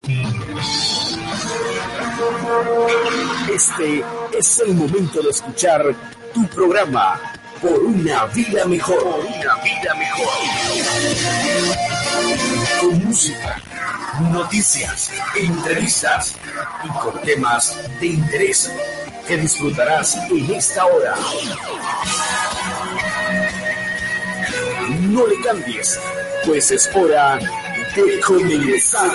Este es el momento de escuchar tu programa Por una vida mejor. Por una vida mejor. Con música, noticias, entrevistas y con temas de interés que disfrutarás en esta hora. No le cambies, pues es hora de comenzar.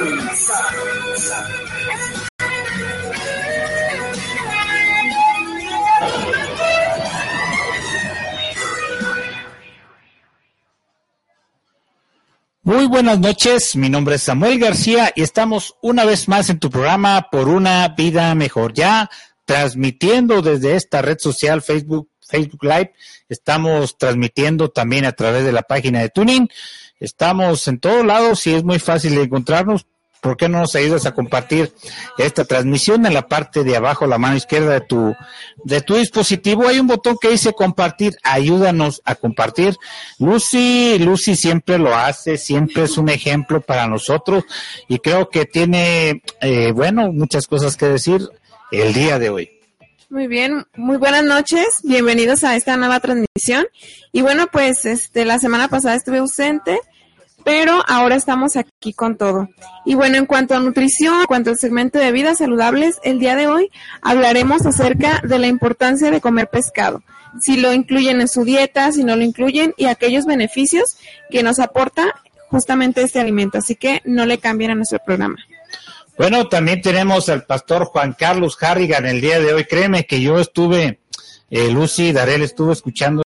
Muy buenas noches, mi nombre es Samuel García y estamos una vez más en tu programa Por una vida mejor, ya transmitiendo desde esta red social Facebook Live, estamos transmitiendo también a través de la página de TuneIn, estamos en todos lados y es muy fácil de encontrarnos. ¿Por qué no nos ayudas a compartir esta transmisión? En la parte de abajo, la mano izquierda de tu dispositivo, hay un botón que dice compartir. Ayúdanos a compartir. Lucy siempre lo hace, siempre es un ejemplo para nosotros y creo que tiene, muchas cosas que decir el día de hoy. Muy bien, muy buenas noches, bienvenidos a esta nueva transmisión. Y bueno, pues la semana pasada estuve ausente, pero ahora estamos aquí con todo. Y bueno, en cuanto a nutrición, en cuanto al segmento de vidas saludables, el día de hoy hablaremos acerca de la importancia de comer pescado. Si lo incluyen en su dieta, si no lo incluyen y aquellos beneficios que nos aporta justamente este alimento. Así que no le cambien a nuestro programa. Bueno, también tenemos al pastor Juan Carlos Harrigan el día de hoy. Créeme que yo estuve, Lucy Darel, estuve escuchando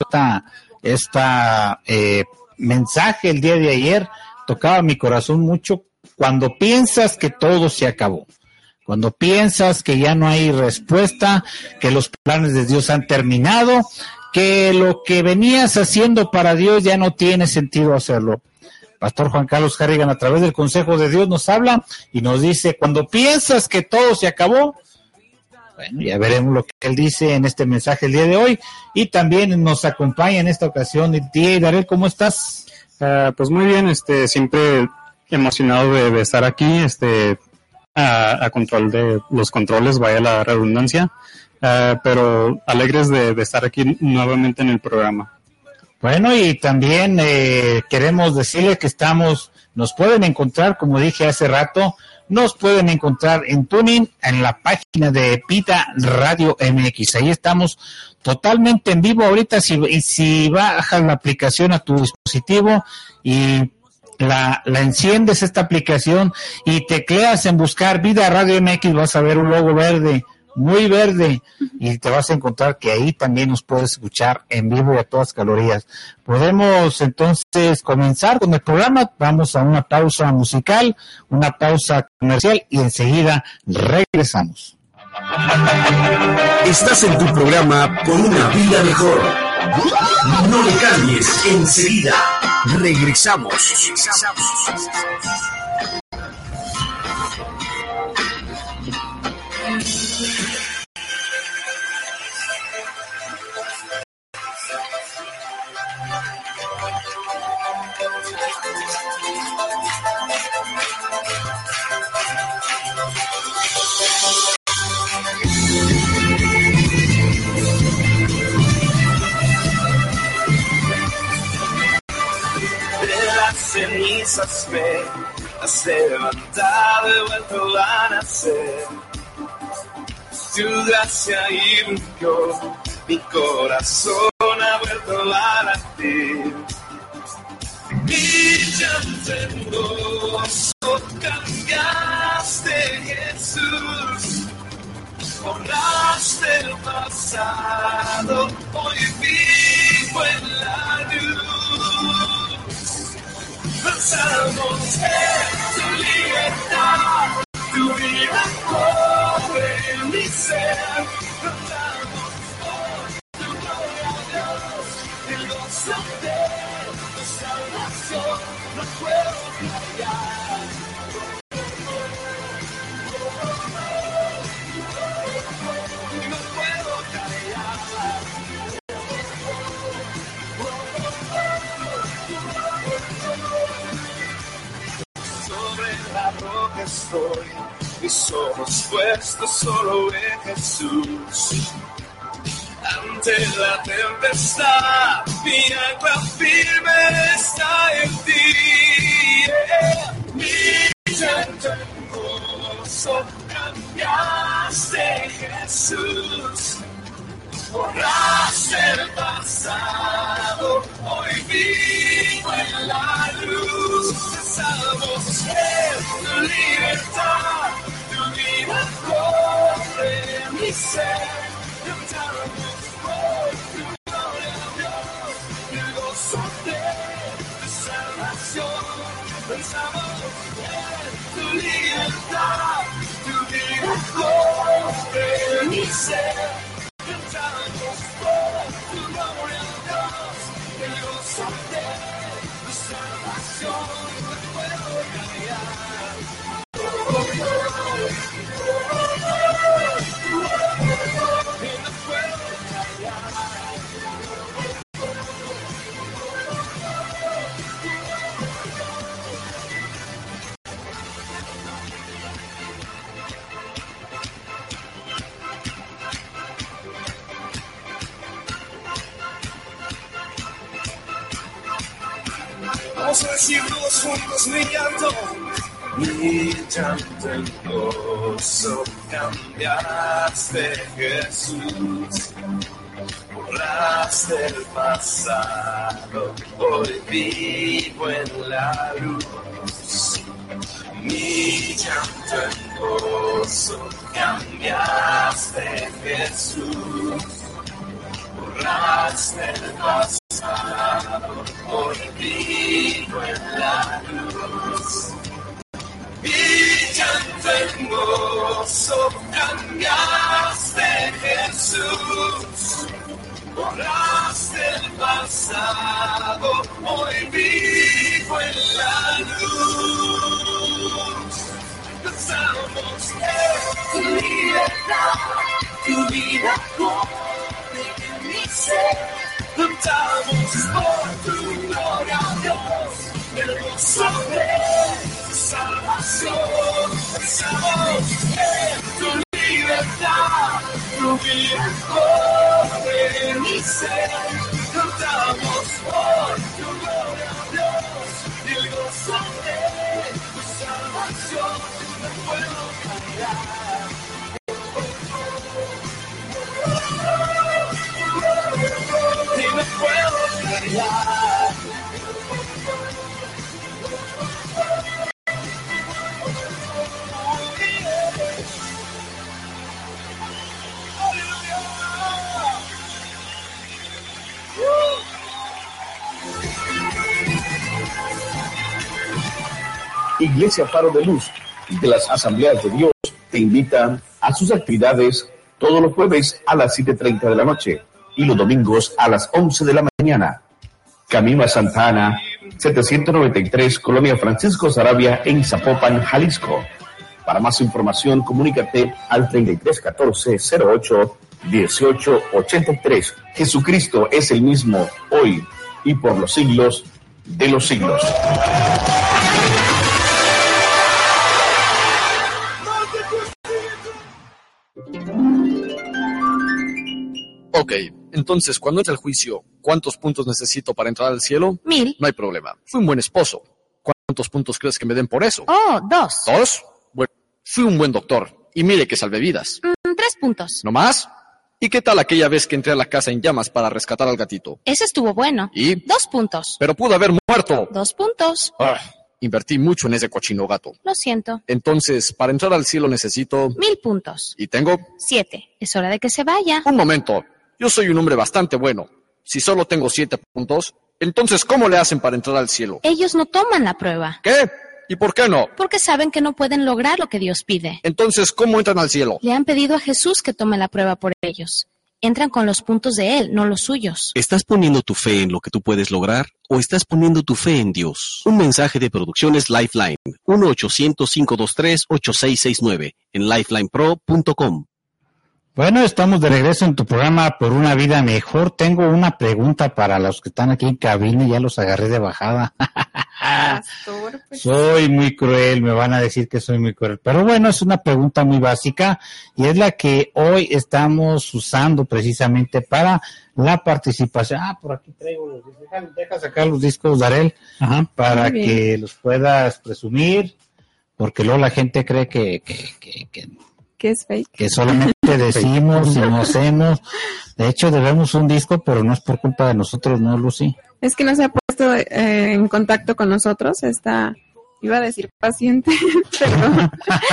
esta mensaje el día de ayer, tocaba mi corazón mucho. Cuando piensas que todo se acabó, cuando piensas que ya no hay respuesta, que los planes de Dios han terminado, que lo que venías haciendo para Dios ya no tiene sentido hacerlo. Pastor Juan Carlos Harrigan, a través del Consejo de Dios, nos habla y nos dice, cuando piensas que todo se acabó, bueno, ya veremos lo que él dice en este mensaje el día de hoy. Y también nos acompaña en esta ocasión Tía Darel, ¿cómo estás? Pues muy bien, siempre emocionado de estar aquí, a control de los controles, vaya la redundancia, pero alegres de estar aquí nuevamente en el programa. Bueno, y también queremos decirle que nos pueden encontrar, como dije hace rato, nos pueden encontrar en TuneIn, en la página de Pita Radio MX. Ahí estamos totalmente en vivo ahorita. Si bajas la aplicación a tu dispositivo y la enciendes esta aplicación y tecleas en buscar Vida Radio MX, vas a ver un logo verde, muy verde, y te vas a encontrar que ahí también nos puedes escuchar en vivo y a todas calorías. Podemos entonces comenzar con el programa. Vamos a una pausa musical, una pausa comercial y enseguida regresamos. Estás en tu programa Por una vida mejor. No le cambies, enseguida regresamos. Cenizas me has levantado, he vuelto a nacer. Tu gracia irrumpió, mi corazón ha vuelto a latir. Mi llanto en gozo cambiaste, Jesús. Borraste el pasado, hoy vivo en la luz. Pensamos en tu libertad, tu vida corre en mi ser. Cantamos hoy tu gloria a Dios, el gozo de tu salvación, no puedo callar. No puedo callar. hoy. Mis ojos puestos solo en Jesús. Ante la tempestad, mi ancla firme está en ti. Mi llanto en gozo cambiaste, Jesús. Borraste el pasado, hoy vivo en la luz. Estamos en tu libertad, tu vida corre mi ser. Cantamos por tu gloria, Dios, el gozo de tu salvación. Pensamos en tu libertad, tu vida corre mi ser. Cantamos por tu gloria, Dios, el gozo de tu salvación. No puedo callar. Vamos a decirnos juntos mi llanto. Mi llanto en gozo cambiaste, Jesús. Borraste el pasado, hoy vivo en la luz. Mi llanto en gozo cambiaste, Jesús. Borraste el pasado, hoy vivo en la luz. Mi llanto en gozo cambiaste, Jesús. Borraste el pasado, hoy vivo en la luz. Pensamos en tu libertad, tu vida corre en mi ser. Cantamos por tu gloria, Dios, el gozo de tu salvación. Pensamos en tu libertad, tu vida corre en mi ser. Cantamos por tu gloria, Dios, el gozo de tu salvación. No puedo callar. Y no puedo callar. Iglesia Faro de Luz de las Asambleas de Dios te invitan a sus actividades todos los jueves a las 7:30 de la noche y los domingos a las 11 de la mañana. Camino a Santa Ana, 793, Colonia Francisco Saravia, en Zapopan, Jalisco. Para más información, comunícate al 3314-08-1883. Jesucristo es el mismo hoy y por los siglos de los siglos. Ok, entonces cuando entre el juicio, ¿cuántos puntos necesito para entrar al cielo? 1000. No hay problema. Fui un buen esposo. ¿Cuántos puntos crees que me den por eso? Oh, 2. ¿2? Bueno, fui un buen doctor. Y mire que salvé vidas. 3 puntos. ¿No más? ¿Y qué tal aquella vez que entré a la casa en llamas para rescatar al gatito? Ese estuvo bueno. ¿Y? 2 puntos. Pero pudo haber muerto. 2 puntos. Invertí mucho en ese cochino gato. Lo siento. Entonces, para entrar al cielo necesito... 1000 puntos. ¿Y tengo? 7. Es hora de que se vaya. Un momento. Yo soy un hombre bastante bueno. Si solo tengo 7 puntos, entonces ¿cómo le hacen para entrar al cielo? Ellos no toman la prueba. ¿Qué? ¿Y por qué no? Porque saben que no pueden lograr lo que Dios pide. Entonces, ¿cómo entran al cielo? Le han pedido a Jesús que tome la prueba por ellos. Entran con los puntos de Él, no los suyos. ¿Estás poniendo tu fe en lo que tú puedes lograr o estás poniendo tu fe en Dios? Un mensaje de Producciones Lifeline, 1-800-523-8669, en lifelinepro.com. Bueno, estamos de regreso en tu programa Por una Vida Mejor. Tengo una pregunta para los que están aquí en cabina y ya los agarré de bajada. Pastor, pues. Soy muy cruel, me van a decir que soy muy cruel. Pero bueno, es una pregunta muy básica y es la que hoy estamos usando precisamente para la participación. Por aquí traigo los discos. Deja sacar los discos, Darel, para que los puedas presumir, porque luego la gente cree que es fake. Que solamente decimos y no hacemos. De hecho, debemos un disco, pero no es por culpa de nosotros, ¿no, Lucy? Es que no se ha puesto en contacto con nosotros. Iba a decir paciente, pero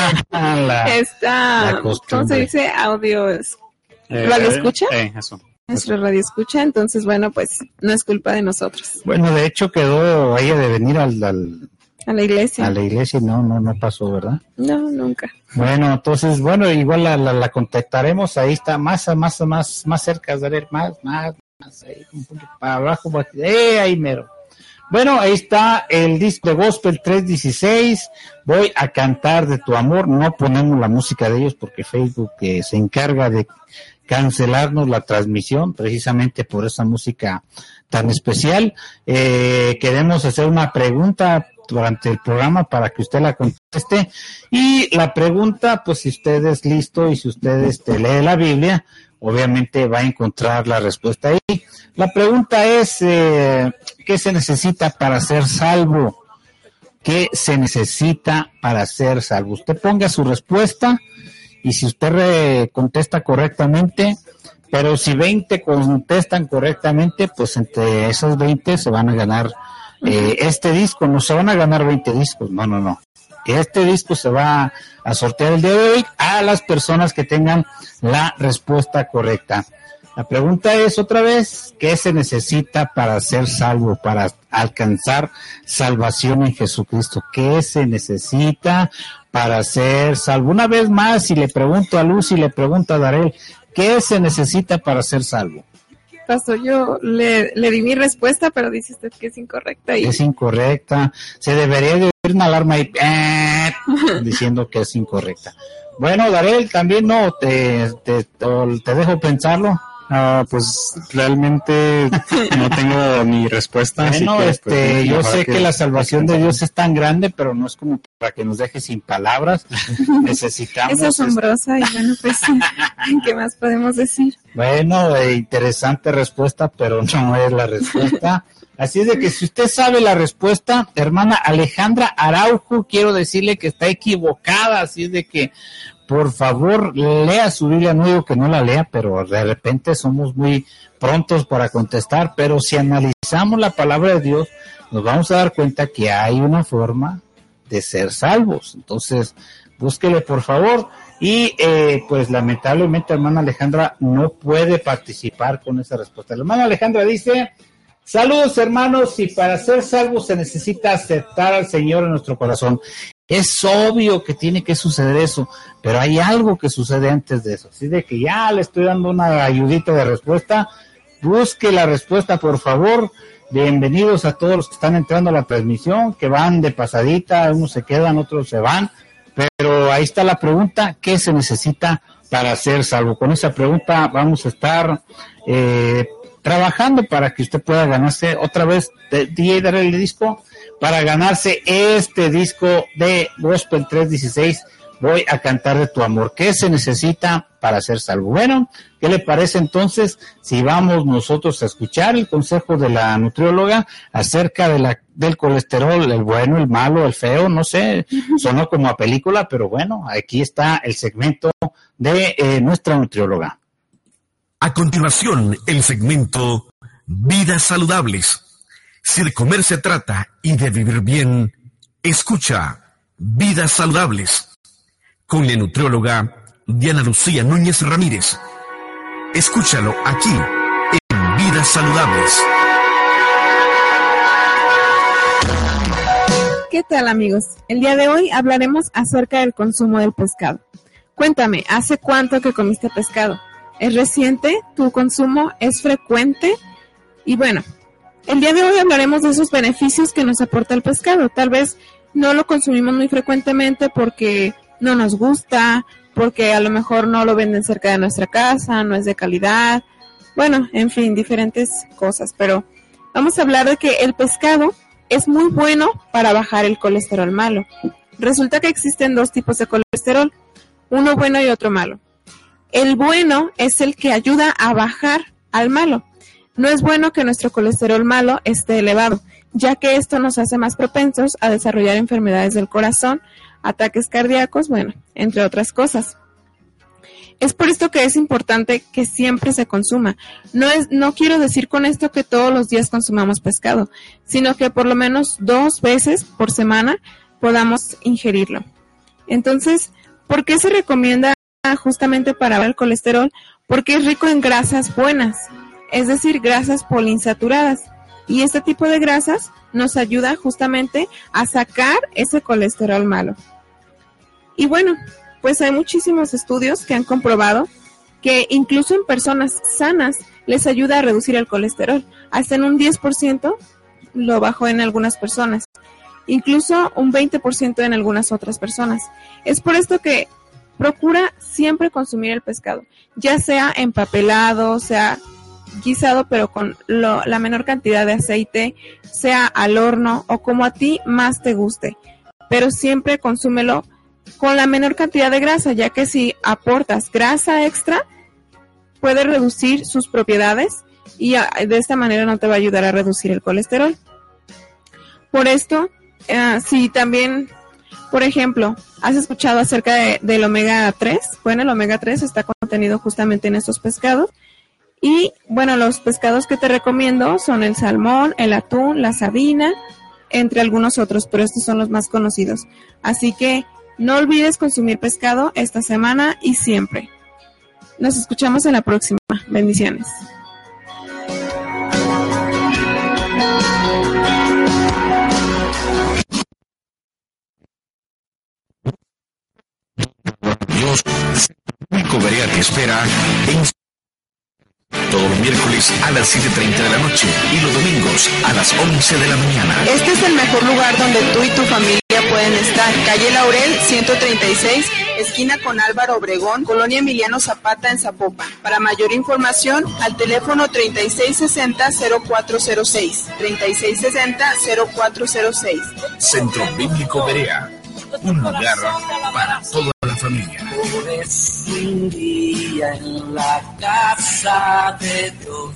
¿cómo se dice? Audio. ¿Radio escucha? Eso. Nuestro radio escucha, entonces bueno, pues no es culpa de nosotros. Bueno, de hecho quedó ella de venir a la iglesia. A la iglesia no pasó, ¿verdad? No, nunca. Bueno, entonces, igual la contactaremos, ahí está, más cerca, más ahí, un poquito para abajo, ahí mero. Bueno, ahí está el disco de Gospel 316, Voy a cantar de tu amor. No ponemos la música de ellos porque Facebook se encarga de cancelarnos la transmisión precisamente por esa música tan especial. Queremos hacer una pregunta durante el programa para que usted la conteste, y la pregunta, pues si usted es listo y si usted lee la Biblia, obviamente va a encontrar la respuesta ahí. La pregunta es, ¿qué se necesita para ser salvo? ¿Qué se necesita para ser salvo? Usted ponga su respuesta, y si usted contesta correctamente, pero si 20 contestan correctamente, pues entre esos 20 se van a ganar este disco. No se van a ganar 20 discos, no. Este disco se va a sortear el día de hoy a las personas que tengan la respuesta correcta. La pregunta es otra vez, ¿qué se necesita para ser salvo, para alcanzar salvación en Jesucristo? ¿Qué se necesita para ser salvo? Una vez más, si le pregunto a Luz y le pregunto a Darel, ¿qué se necesita para ser salvo? Pastor, yo le di mi respuesta, pero dice usted que es incorrecta. Es incorrecta. Se debería de oír una alarma ahí diciendo que es incorrecta. Bueno, Darel, también te dejo pensarlo. Pues realmente no tengo mi respuesta. Bueno, así que, pues, yo sé que la salvación de Dios es tan grande, pero no es como para que nos deje sin palabras. Necesitamos. Es asombrosa, y bueno, pues, ¿qué más podemos decir? Bueno, interesante respuesta, pero no es la respuesta. Así es de que si usted sabe la respuesta, hermana Alejandra Araujo, quiero decirle que está equivocada, así es de que por favor, lea su Biblia. No digo que no la lea, pero de repente somos muy prontos para contestar. Pero si analizamos la palabra de Dios, nos vamos a dar cuenta que hay una forma de ser salvos. Entonces, búsquele por favor. Y pues lamentablemente, hermana Alejandra no puede participar con esa respuesta. La hermana Alejandra dice: saludos, hermanos, y para ser salvos se necesita aceptar al Señor en nuestro corazón. Es obvio que tiene que suceder eso, pero hay algo que sucede antes de eso. Así de que ya le estoy dando una ayudita de respuesta. Busque la respuesta, por favor. Bienvenidos a todos los que están entrando a la transmisión, que van de pasadita, unos se quedan, otros se van. Pero ahí está la pregunta: ¿qué se necesita para ser salvo? Con esa pregunta vamos a estar trabajando para que usted pueda ganarse otra vez, DJ, darle el disco, para ganarse este disco de Gospel 316, Voy a cantar de tu amor. ¿Qué se necesita para ser salvo? Bueno, ¿qué le parece entonces si vamos nosotros a escuchar el consejo de la nutrióloga acerca de del colesterol, el bueno, el malo, el feo? No sé, sonó como a película, pero bueno, aquí está el segmento de nuestra nutrióloga. A continuación, el segmento Vidas Saludables. Si de comer se trata y de vivir bien, escucha Vidas Saludables con la nutrióloga Diana Lucía Núñez Ramírez. Escúchalo aquí en Vidas Saludables. ¿Qué tal, amigos? El día de hoy hablaremos acerca del consumo del pescado. Cuéntame, ¿hace cuánto que comiste pescado? ¿Es reciente? ¿Tu consumo es frecuente? Y bueno, el día de hoy hablaremos de esos beneficios que nos aporta el pescado. Tal vez no lo consumimos muy frecuentemente porque no nos gusta, porque a lo mejor no lo venden cerca de nuestra casa, no es de calidad. Bueno, en fin, diferentes cosas. Pero vamos a hablar de que el pescado es muy bueno para bajar el colesterol malo. Resulta que existen dos tipos de colesterol, uno bueno y otro malo. El bueno es el que ayuda a bajar al malo. No es bueno que nuestro colesterol malo esté elevado, ya que esto nos hace más propensos a desarrollar enfermedades del corazón, ataques cardíacos, bueno, entre otras cosas. Es por esto que es importante que siempre se consuma. No quiero decir con esto que todos los días consumamos pescado, sino que por lo menos 2 veces por semana podamos ingerirlo. Entonces, ¿por qué se recomienda justamente para bajar el colesterol? Porque es rico en grasas buenas, es decir, grasas poliinsaturadas. Y este tipo de grasas nos ayuda justamente a sacar ese colesterol malo. Y bueno, pues hay muchísimos estudios que han comprobado que incluso en personas sanas les ayuda a reducir el colesterol. Hasta en un 10% lo bajó en algunas personas. Incluso un 20% en algunas otras personas. Es por esto que procura siempre consumir el pescado, ya sea empapelado, sea guisado pero con la menor cantidad de aceite, sea al horno o como a ti más te guste. Pero siempre consúmelo con la menor cantidad de grasa, ya que si aportas grasa extra, puede reducir sus propiedades y de esta manera no te va a ayudar a reducir el colesterol. Por esto, si también, por ejemplo, has escuchado acerca del omega 3, bueno, el omega 3 está contenido justamente en estos pescados. Y bueno, los pescados que te recomiendo son el salmón, el atún, la sardina, entre algunos otros, pero estos son los más conocidos. Así que no olvides consumir pescado esta semana y siempre. Nos escuchamos en la próxima. Bendiciones. Dios, Público Berea te espera todos los miércoles a las 7:30 de la noche y los domingos a las 11 de la mañana. Este es el mejor lugar donde tú y tu familia pueden estar. Calle Laurel, 136, esquina con Álvaro Obregón, Colonia Emiliano Zapata en Zapopan. Para mayor información, al teléfono 3660-0406. 3660-0406. Centro Bíblico Berea, un lugar para toda la familia. Un día en la casa de Dios,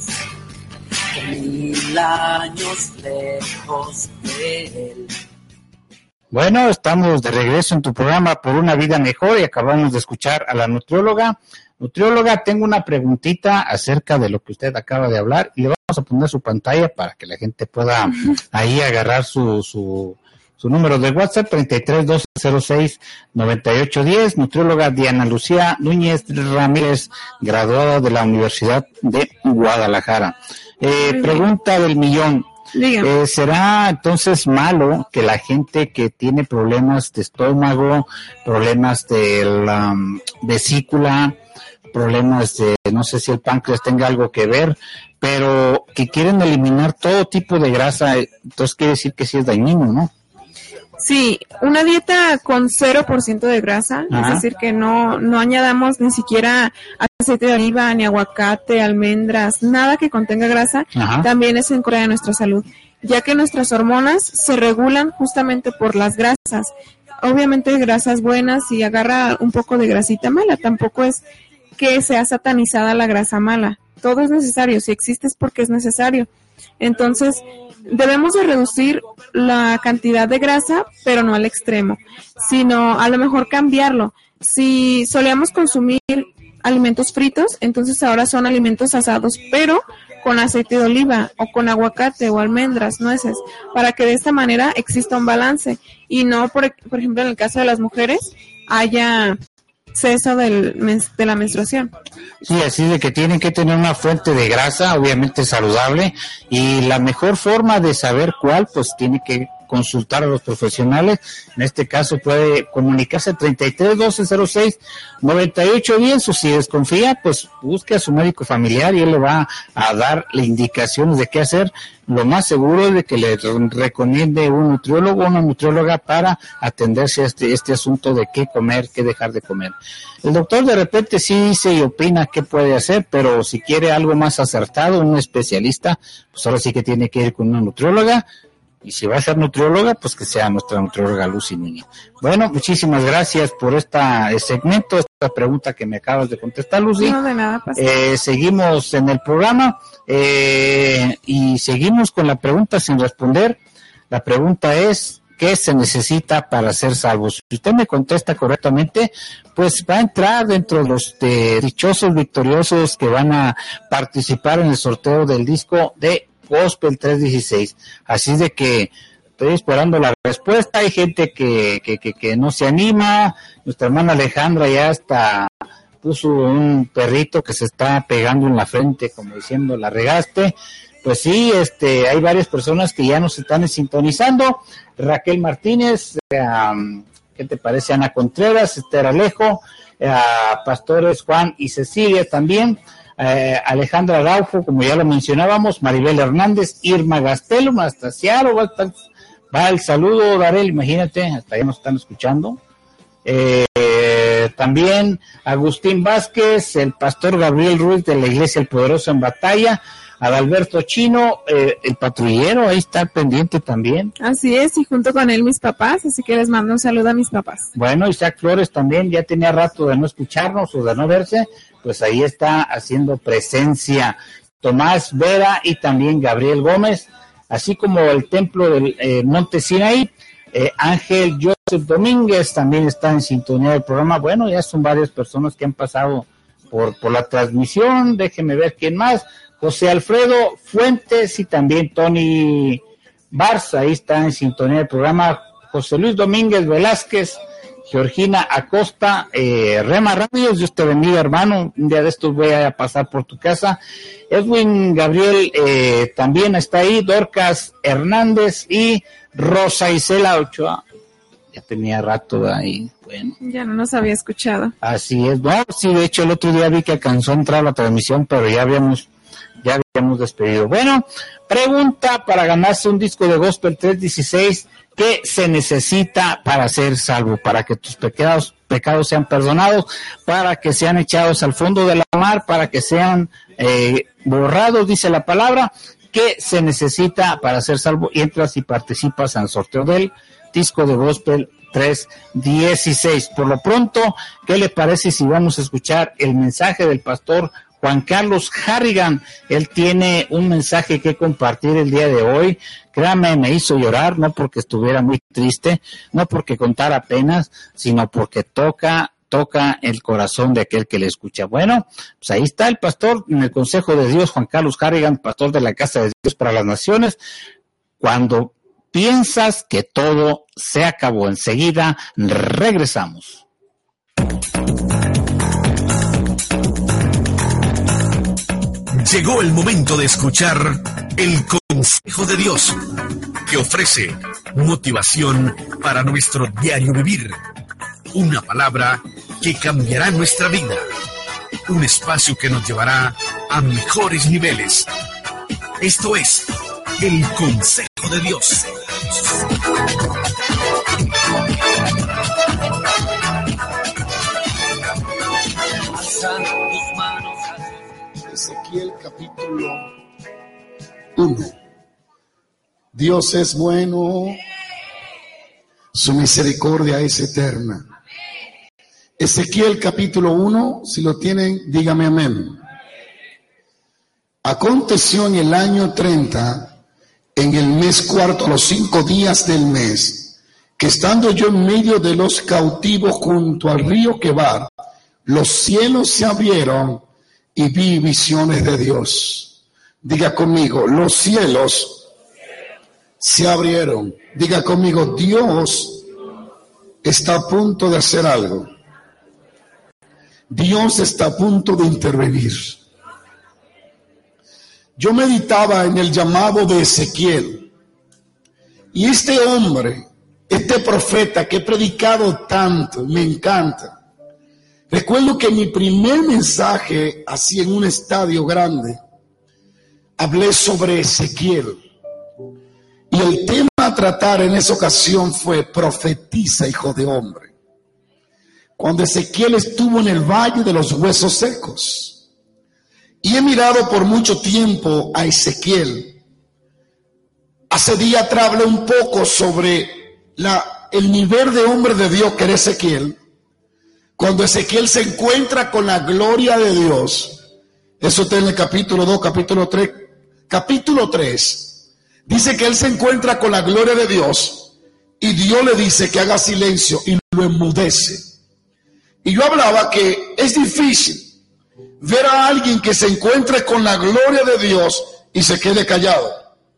1000 años lejos de él. Bueno, estamos de regreso en tu programa Por una Vida Mejor y acabamos de escuchar a la nutrióloga. Nutrióloga, tengo una preguntita acerca de lo que usted acaba de hablar y le vamos a poner su pantalla para que la gente pueda ahí agarrar su número de WhatsApp, 33-1206-9810, nutrióloga Diana Lucía Núñez Ramírez, graduada de la Universidad de Guadalajara. Pregunta del millón. ¿Será entonces malo que la gente que tiene problemas de estómago, problemas de la vesícula, problemas de, no sé si el páncreas tenga algo que ver, pero que quieren eliminar todo tipo de grasa, entonces quiere decir que sí es dañino, ¿no? Sí, una dieta con 0% de grasa, es decir, que no añadamos ni siquiera aceite de oliva, ni aguacate, almendras, nada que contenga grasa, también es en contra de nuestra salud, ya que nuestras hormonas se regulan justamente por las grasas. Obviamente grasas buenas y agarra un poco de grasita mala, tampoco es que sea satanizada la grasa mala, todo es necesario, si existe es porque es necesario. Entonces, debemos de reducir la cantidad de grasa, pero no al extremo, sino a lo mejor cambiarlo. Si solíamos consumir alimentos fritos, entonces ahora son alimentos asados, pero con aceite de oliva o con aguacate o almendras, nueces, para que de esta manera exista un balance y no, por ejemplo, en el caso de las mujeres, haya exceso de la menstruación. Sí, así de que tienen que tener una fuente de grasa, obviamente saludable, y la mejor forma de saber cuál, pues tiene que consultar a los profesionales. En este caso puede comunicarse al 33-1206-9810, o si desconfía, pues busque a su médico familiar y él le va a dar indicaciones de qué hacer. Lo más seguro es de que le recomiende un nutriólogo o una nutrióloga para atenderse a este asunto de qué comer, qué dejar de comer. El doctor de repente sí dice y opina qué puede hacer, pero si quiere algo más acertado, un especialista, pues ahora sí que tiene que ir con una nutrióloga Y si va a ser nutrióloga, pues que sea nuestra nutrióloga Lucy Núñez. Bueno, muchísimas gracias por este segmento, esta pregunta que me acabas de contestar, Lucy. No, de nada, pastor. Seguimos en el programa y seguimos con la pregunta sin responder. La pregunta es, ¿qué se necesita para ser salvo? Si usted me contesta correctamente, pues va a entrar dentro de los dichosos victoriosos que van a participar en el sorteo del disco de Gospel 316. Así de que estoy esperando la respuesta. Hay gente que no se anima. Nuestra hermana Alejandra ya hasta puso un perrito que se está pegando en la frente, como diciendo, la regaste. Pues sí, hay varias personas que ya nos están sintonizando. Raquel Martínez, ¿qué te parece? Ana Contreras, Esther Alejo, pastores Juan y Cecilia también. Alejandra Araujo, como ya lo mencionábamos, Maribel Hernández, Irma Gastelum, hasta Seattle, va el saludo, Darel, imagínate, hasta allá nos están escuchando. También Agustín Vázquez, el pastor Gabriel Ruiz de la Iglesia El Poderoso en Batalla, Adalberto Chino, el patrullero, ahí está pendiente también. Así es, y junto con él mis papás, así que les mando un saludo a mis papás. Bueno, Isaac Flores también, ya tenía rato de no escucharnos o de no verse, pues ahí está haciendo presencia. Tomás Vera y también Gabriel Gómez, así como el templo del Monte Sinaí. Ángel Joseph Domínguez también está en sintonía del programa. Bueno, ya son varias personas que han pasado por la transmisión. Déjeme ver quién más. José Alfredo Fuentes y también Tony Barza, ahí está en sintonía del programa. José Luis Domínguez Velázquez, Georgina Acosta, Rema Radios, Dios te bendiga, hermano. Un día de estos voy a pasar por tu casa. Edwin Gabriel también está ahí. Dorcas Hernández y Rosa Isela Ochoa. Ya tenía rato ahí. Bueno. Ya no nos había escuchado. Así es. No, sí, de hecho el otro día vi que alcanzó a entrar a la transmisión, pero ya habíamos despedido. Bueno, pregunta para ganarse un disco de Gospel 316. ¿Qué se necesita para ser salvo? Para que tus pecados sean perdonados, para que sean echados al fondo de la mar, para que sean borrados, dice la palabra. ¿Qué se necesita para ser salvo? Y entras y participas en el sorteo del disco de Gospel 316. Por lo pronto, ¿qué le parece si vamos a escuchar el mensaje del pastor Juan Carlos Harrigan? Él tiene un mensaje que compartir el día de hoy. Créame, me hizo llorar, no porque estuviera muy triste, no porque contara penas, sino porque toca el corazón de aquel que le escucha. Bueno, pues ahí está el pastor en el Consejo de Dios, Juan Carlos Harrigan, pastor de la Casa de Dios para las Naciones. Cuando piensas que todo se acabó, enseguida regresamos. Llegó el momento de escuchar el Consejo de Dios, que ofrece motivación para nuestro diario vivir. Una palabra que cambiará nuestra vida. Un espacio que nos llevará a mejores niveles. Esto es el Consejo de Dios. Ezequiel capítulo 1. Dios es bueno, su misericordia es eterna. Ezequiel capítulo 1, si lo tienen, dígame amén. Aconteció en el año 30, en el mes cuarto, a los 5 días del mes, que estando yo en medio de los cautivos junto al río Quebar, los cielos se abrieron y vi visiones de Dios. Diga conmigo, los cielos se abrieron. Diga conmigo, Dios está a punto de hacer algo. Dios está a punto de intervenir. Yo meditaba en el llamado de Ezequiel. Y este hombre, este profeta que he predicado tanto, me encanta. Recuerdo que mi primer mensaje, así en un estadio grande, hablé sobre Ezequiel. Y el tema a tratar en esa ocasión fue profetiza, hijo de hombre. Cuando Ezequiel estuvo en el valle de los huesos secos. Y he mirado por mucho tiempo a Ezequiel Hace día atrás hablé un poco sobre el nivel de hombre de Dios que era Ezequiel. Cuando Ezequiel se encuentra con la gloria de Dios, eso está en el capítulo 2, capítulo 3, capítulo 3, dice que él se encuentra con la gloria de Dios y Dios le dice que haga silencio y lo enmudece. Y yo hablaba que es difícil ver a alguien que se encuentre con la gloria de Dios y se quede callado.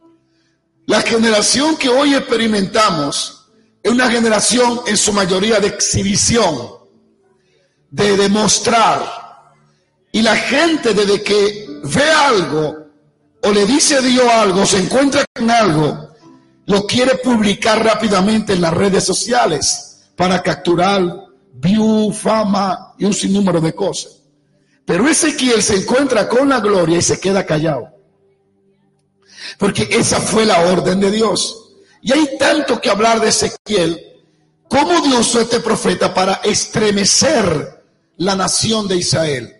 La generación que hoy experimentamos es una generación en su mayoría de exhibición, de demostrar. Y la gente desde que ve algo o le dice a Dios algo, se encuentra con algo, lo quiere publicar rápidamente en las redes sociales para capturar view, fama y un sinnúmero de cosas. Pero Ezequiel se encuentra con la gloria y se queda callado, porque esa fue la orden de Dios. Y hay tanto que hablar de Ezequiel, cómo Dios usó a este profeta para estremecer la nación de Israel,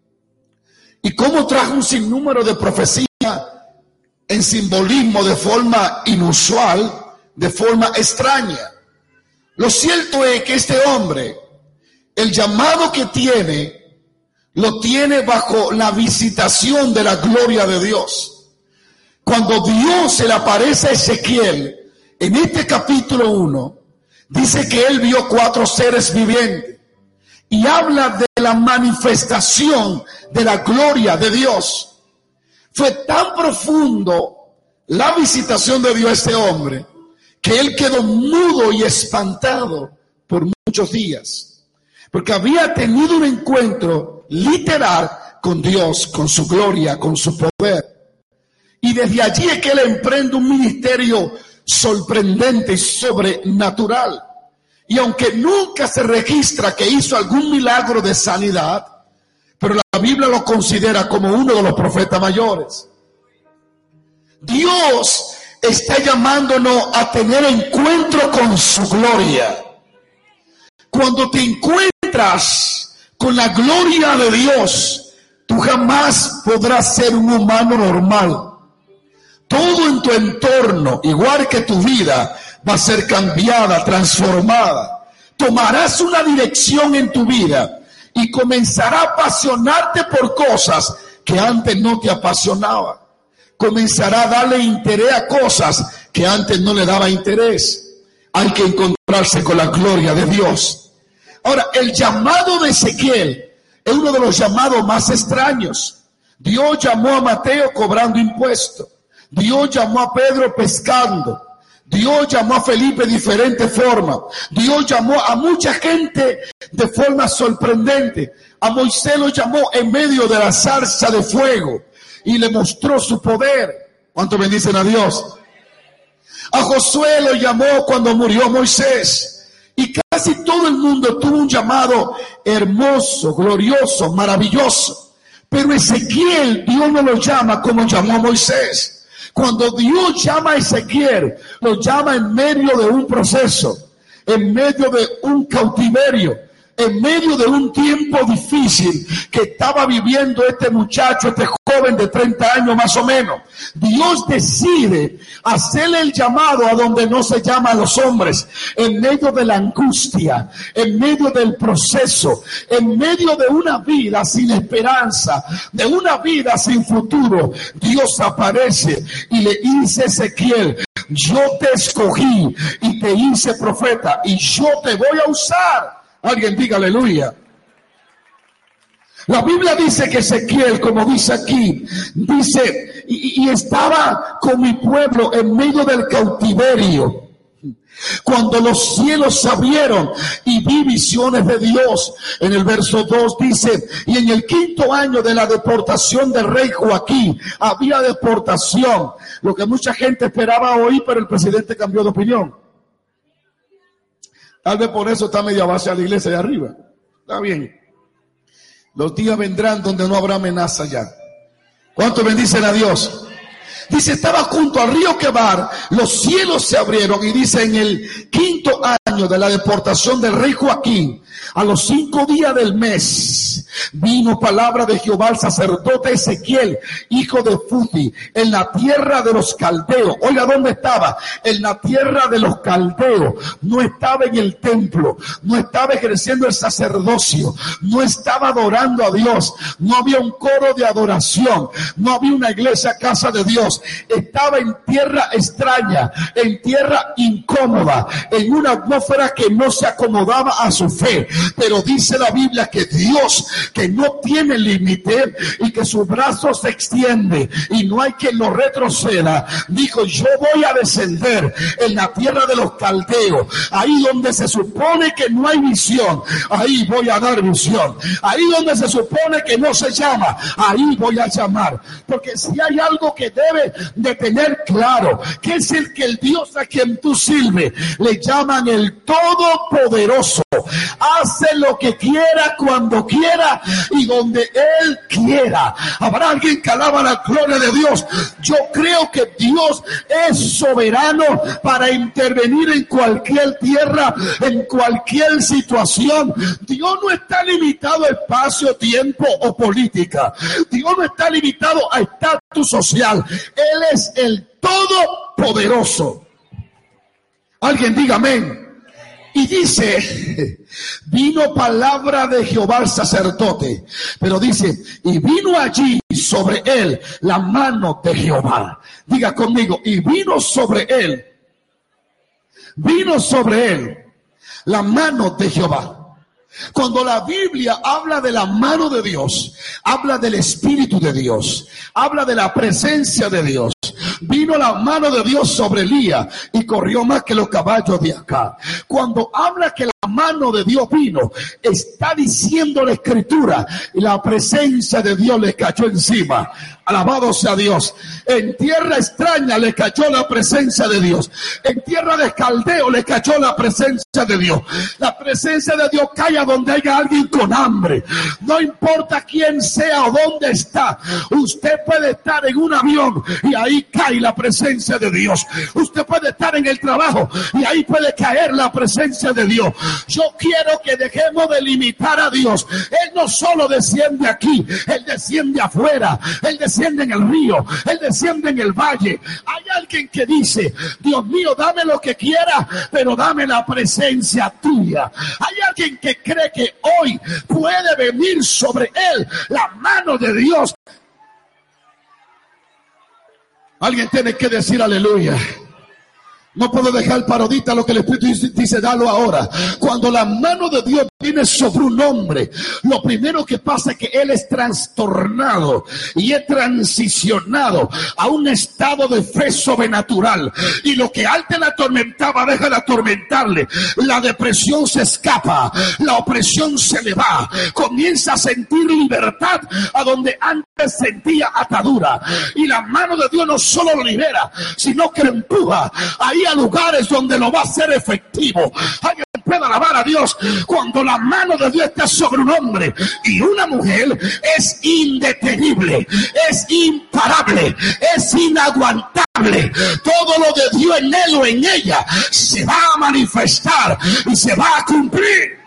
y cómo trajo un sinnúmero de profecías en simbolismo de forma inusual, de forma extraña. Lo cierto es que este hombre, el llamado que tiene, lo tiene bajo la visitación de la gloria de Dios. Cuando Dios se le aparece a Ezequiel, en este capítulo 1, dice que él vio 4 seres vivientes y habla de la manifestación de la gloria de Dios. Fue tan profundo la visitación de Dios a este hombre que él quedó mudo y espantado por muchos días, porque había tenido un encuentro literal con Dios, con su gloria, con su poder. Y desde allí es que él emprende un ministerio sorprendente y sobrenatural. Y aunque nunca se registra que hizo algún milagro de sanidad, pero la Biblia lo considera como uno de los profetas mayores. Dios está llamándonos a tener encuentro con su gloria. Cuando te encuentras con la gloria de Dios, tú jamás podrás ser un humano normal. Todo en tu entorno, igual que tu vida, va a ser cambiada, transformada. Tomarás una dirección en tu vida y comenzará a apasionarte por cosas que antes no te apasionaban. Comenzará a darle interés a cosas que antes no le daba interés. Hay que encontrarse con la gloria de Dios. Ahora, el llamado de Ezequiel es uno de los llamados más extraños. Dios llamó a Mateo cobrando impuestos. Dios llamó a Pedro pescando. Dios llamó a Felipe de diferentes formas. Dios llamó a mucha gente de forma sorprendente. A Moisés lo llamó en medio de la zarza de fuego y le mostró su poder. ¿Cuánto bendicen a Dios? A Josué lo llamó cuando murió Moisés. Y casi todo el mundo tuvo un llamado hermoso, glorioso, maravilloso. Pero Ezequiel, Dios no lo llama como llamó a Moisés. Cuando Dios llama a Ezequiel, lo llama en medio de un proceso, en medio de un cautiverio, en medio de un tiempo difícil que estaba viviendo este muchacho, este joven de 30 años más o menos. Dios decide hacerle el llamado a donde no se llama a los hombres, en medio de la angustia, en medio del proceso, en medio de una vida sin esperanza, de una vida sin futuro. Dios aparece y le dice a Ezequiel: yo te escogí y te hice profeta y yo te voy a usar. Alguien diga aleluya. La Biblia dice que Ezequiel, como dice aquí, dice, y estaba con mi pueblo en medio del cautiverio. Cuando los cielos se abrieron y vi visiones de Dios. En el verso 2 dice: y en el 5º año de la deportación del rey Joaquín, había deportación. Lo que mucha gente esperaba oír, pero el presidente cambió de opinión. Tal vez por eso está media base a la iglesia de arriba. Está bien. Los días vendrán donde no habrá amenaza ya. ¿Cuánto bendicen a Dios? Dice, estaba junto al río Quebar, los cielos se abrieron, y dice, en el 5º año de la deportación del rey Joaquín, a los 5 días del mes, Vino palabra de Jehová al sacerdote Ezequiel, hijo de Futi, en la tierra de los caldeos. Oiga, ¿dónde estaba? En la tierra de los caldeos. No estaba en el templo, no estaba ejerciendo el sacerdocio, no estaba adorando a Dios, no había un coro de adoración, no había una iglesia, casa de Dios. Estaba en tierra extraña, en tierra incómoda, en una atmósfera que no se acomodaba a su fe. Pero dice la Biblia que Dios, que no tiene límite y que su brazo se extiende y no hay quien lo retroceda, dijo: yo voy a descender en la tierra de los caldeos, ahí donde se supone que no hay visión, ahí voy a dar visión, ahí donde se supone que no se llama, ahí voy a llamar. Porque si hay algo que debe de tener claro, que es el que el Dios a quien tú sirves le llaman el Todopoderoso, hace lo que quiera, cuando quiera y donde Él quiera. Habrá alguien que alaba la gloria de Dios. Yo creo que Dios es soberano para intervenir en cualquier tierra, en cualquier situación. Dios no está limitado a espacio, tiempo o política. Dios no está limitado a estatus social. Él es el Todopoderoso. Alguien diga amén. Y dice, vino palabra de Jehová al sacerdote, pero dice, y vino allí sobre él la mano de Jehová. Diga conmigo, y vino sobre él la mano de Jehová. Cuando la Biblia habla de la mano de Dios, habla del Espíritu de Dios, habla de la presencia de Dios. Vino la mano de Dios sobre Elías y corrió más que los caballos de acá. Cuando habla que la mano de Dios vino, está diciendo la Escritura, y la presencia de Dios le cayó encima. Alabado sea Dios. En tierra extraña le cayó la presencia de Dios. En tierra de caldeo le cayó la presencia de Dios. La presencia de Dios cae a donde haya alguien con hambre. No importa quién sea o dónde está. Usted puede estar en un avión y ahí cae la presencia de Dios. Usted puede estar en el trabajo y ahí puede caer la presencia de Dios. Yo quiero que dejemos de limitar a Dios. Él no solo desciende aquí, Él desciende afuera, Él desciende en el río, Él desciende en el valle. Hay alguien que dice: Dios mío, dame lo que quiera, pero dame la presencia tuya. Hay alguien que cree que hoy puede venir sobre él la mano de Dios. Alguien tiene que decir aleluya. No puedo dejar parodita lo que el Espíritu dice, dalo ahora. Cuando la mano de Dios viene sobre un hombre, lo primero que pasa es que él es trastornado y es transicionado a un estado de fe sobrenatural. Y lo que antes le atormentaba, deja de atormentarle. La depresión se escapa, la opresión se le va. Comienza a sentir libertad a donde antes sentía atadura. Y la mano de Dios no solo lo libera, sino que lo empuja ahí a lugares donde lo va a hacer efectivo. Alguien puede alabar a Dios. Cuando la mano de Dios está sobre un hombre y una mujer, es indetenible, es imparable, es inaguantable. Todo lo de Dios en él o en ella se va a manifestar y se va a cumplir.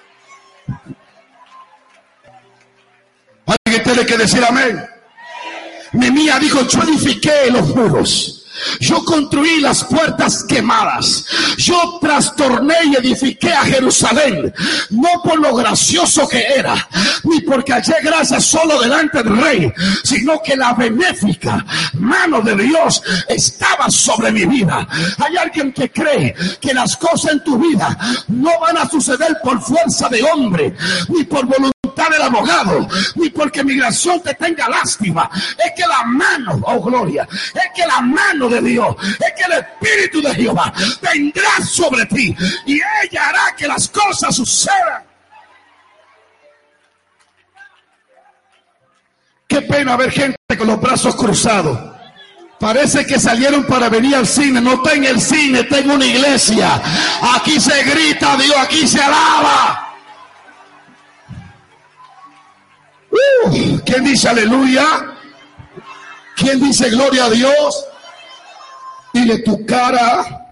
Alguien tiene que decir amén. Nehemías dijo: yo edifiqué los muros, yo construí las puertas quemadas, yo trastorné y edifiqué a Jerusalén, no por lo gracioso que era, ni porque hallé gracia solo delante del rey, sino que la benéfica mano de Dios estaba sobre mi vida. Hay alguien que cree que las cosas en tu vida no van a suceder por fuerza de hombre, ni por voluntad del abogado, ni porque migración te tenga lástima. Es que la mano, oh gloria, es que la mano de Dios, es que el Espíritu de Jehová vendrá sobre ti y ella hará que las cosas sucedan. Qué pena ver gente con los brazos cruzados. Parece que salieron para venir al cine. No está en el cine, está en una iglesia. Aquí se grita a Dios, aquí se alaba. ¿Quién dice aleluya? ¿Quién dice gloria a Dios? Dile: tu cara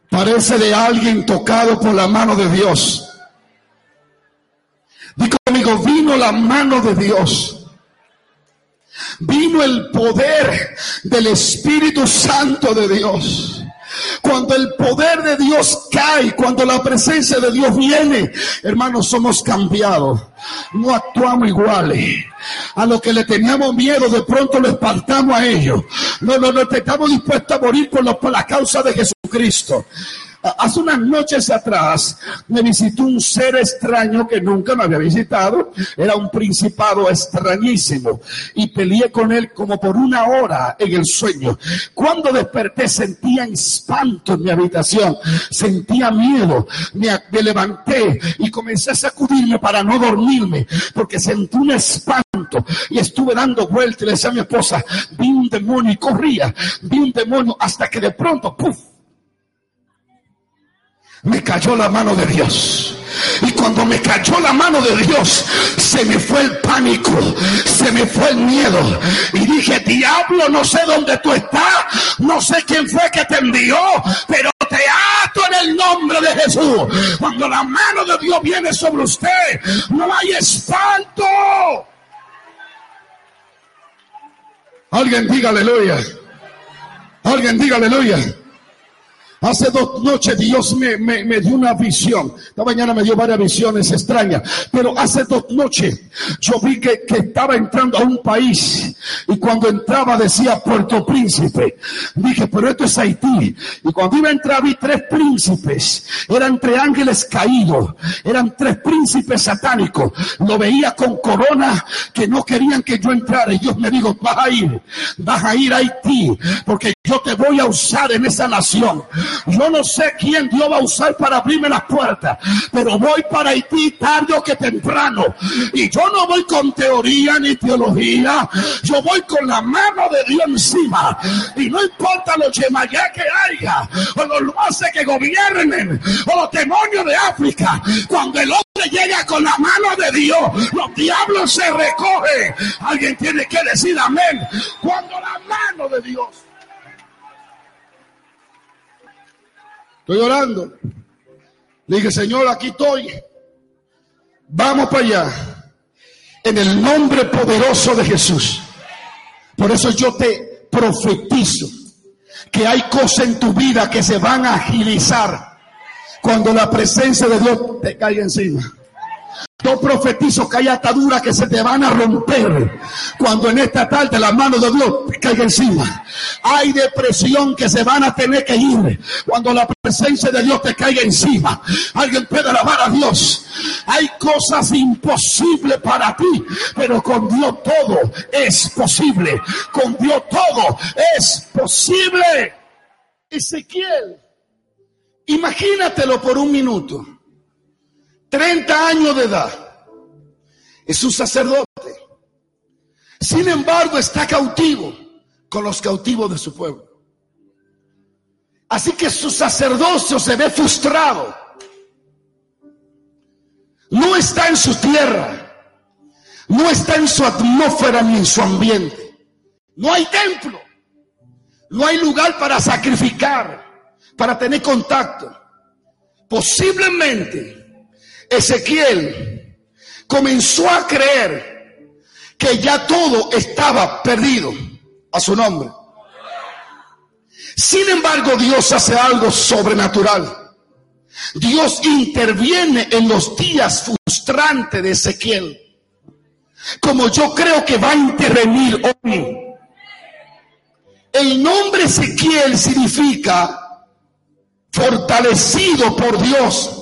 parece de alguien tocado por la mano de Dios. Di conmigo: cuando vino la mano de Dios, vino el poder del Espíritu Santo de Dios. Cuando el poder de Dios cae, cuando la presencia de Dios viene, hermanos, somos cambiados. No actuamos iguales. A lo que le teníamos miedo, de pronto lo espantamos a ellos. No, estamos dispuestos a morir por la causa de Jesucristo. Hace unas noches atrás me visitó un ser extraño que nunca me había visitado. Era un principado extrañísimo y peleé con él como por 1 hora en el sueño. Cuando desperté sentía espanto en mi habitación, sentía miedo. Me levanté y comencé a sacudirme para no dormirme porque sentí un espanto y estuve dando vueltas y le decía a mi esposa, vi un demonio, y corría, vi un demonio, hasta que de pronto, ¡puf!, me cayó la mano de Dios. Y cuando me cayó la mano de Dios, se me fue el pánico, se me fue el miedo. Y dije, diablo, no sé dónde tú estás, no sé quién fue que te envió, pero te ato en el nombre de Jesús. Cuando la mano de Dios viene sobre usted, no hay espanto. Alguien diga aleluya. Alguien diga aleluya. Hace 2 noches Dios me dio una visión. Esta mañana me dio varias visiones extrañas. Pero hace 2 noches yo vi que estaba entrando a un país. Y cuando entraba decía Puerto Príncipe. Dije, pero esto es Haití. Y cuando iba a entrar vi 3 príncipes. Eran 3 ángeles caídos. Eran 3 príncipes satánicos. Lo veía con corona que no querían que yo entrara. Y Dios me dijo, vas a ir a Haití. Porque yo te voy a usar en esa nación. Yo no sé quién Dios va a usar para abrirme las puertas, pero voy para Haití tarde o que temprano. Y yo no voy con teoría ni teología, yo voy con la mano de Dios encima. Y no importa los yemayá que haya, o los luaces que gobiernen, o los demonios de África, cuando el hombre llega con la mano de Dios, los diablos se recogen. Alguien tiene que decir amén. Cuando la mano de Dios. Estoy orando. Le dije, Señor, aquí estoy. Vamos para allá. En el nombre poderoso de Jesús. Por eso yo te profetizo que hay cosas en tu vida que se van a agilizar cuando la presencia de Dios te caiga encima. Yo profetizo que hay ataduras que se te van a romper cuando en esta tarde la mano de Dios te caiga encima. Hay depresión que se van a tener que ir cuando la presencia de Dios te caiga encima. Alguien puede alabar a Dios. Hay cosas imposibles para ti, pero con Dios todo es posible. Con Dios todo es posible. Ezequiel, imagínatelo por un minuto. 30 años de edad, es un sacerdote. Sin embargo, está cautivo con los cautivos de su pueblo. Así que su sacerdocio se ve frustrado. No está en su tierra, no está en su atmósfera ni en su ambiente. No hay templo, no hay lugar para sacrificar, para tener contacto. Posiblemente Ezequiel comenzó a creer que ya todo estaba perdido a su nombre. Sin embargo, Dios hace algo sobrenatural. Dios interviene en los días frustrantes de Ezequiel, como yo creo que va a intervenir hoy. El nombre Ezequiel significa fortalecido por Dios.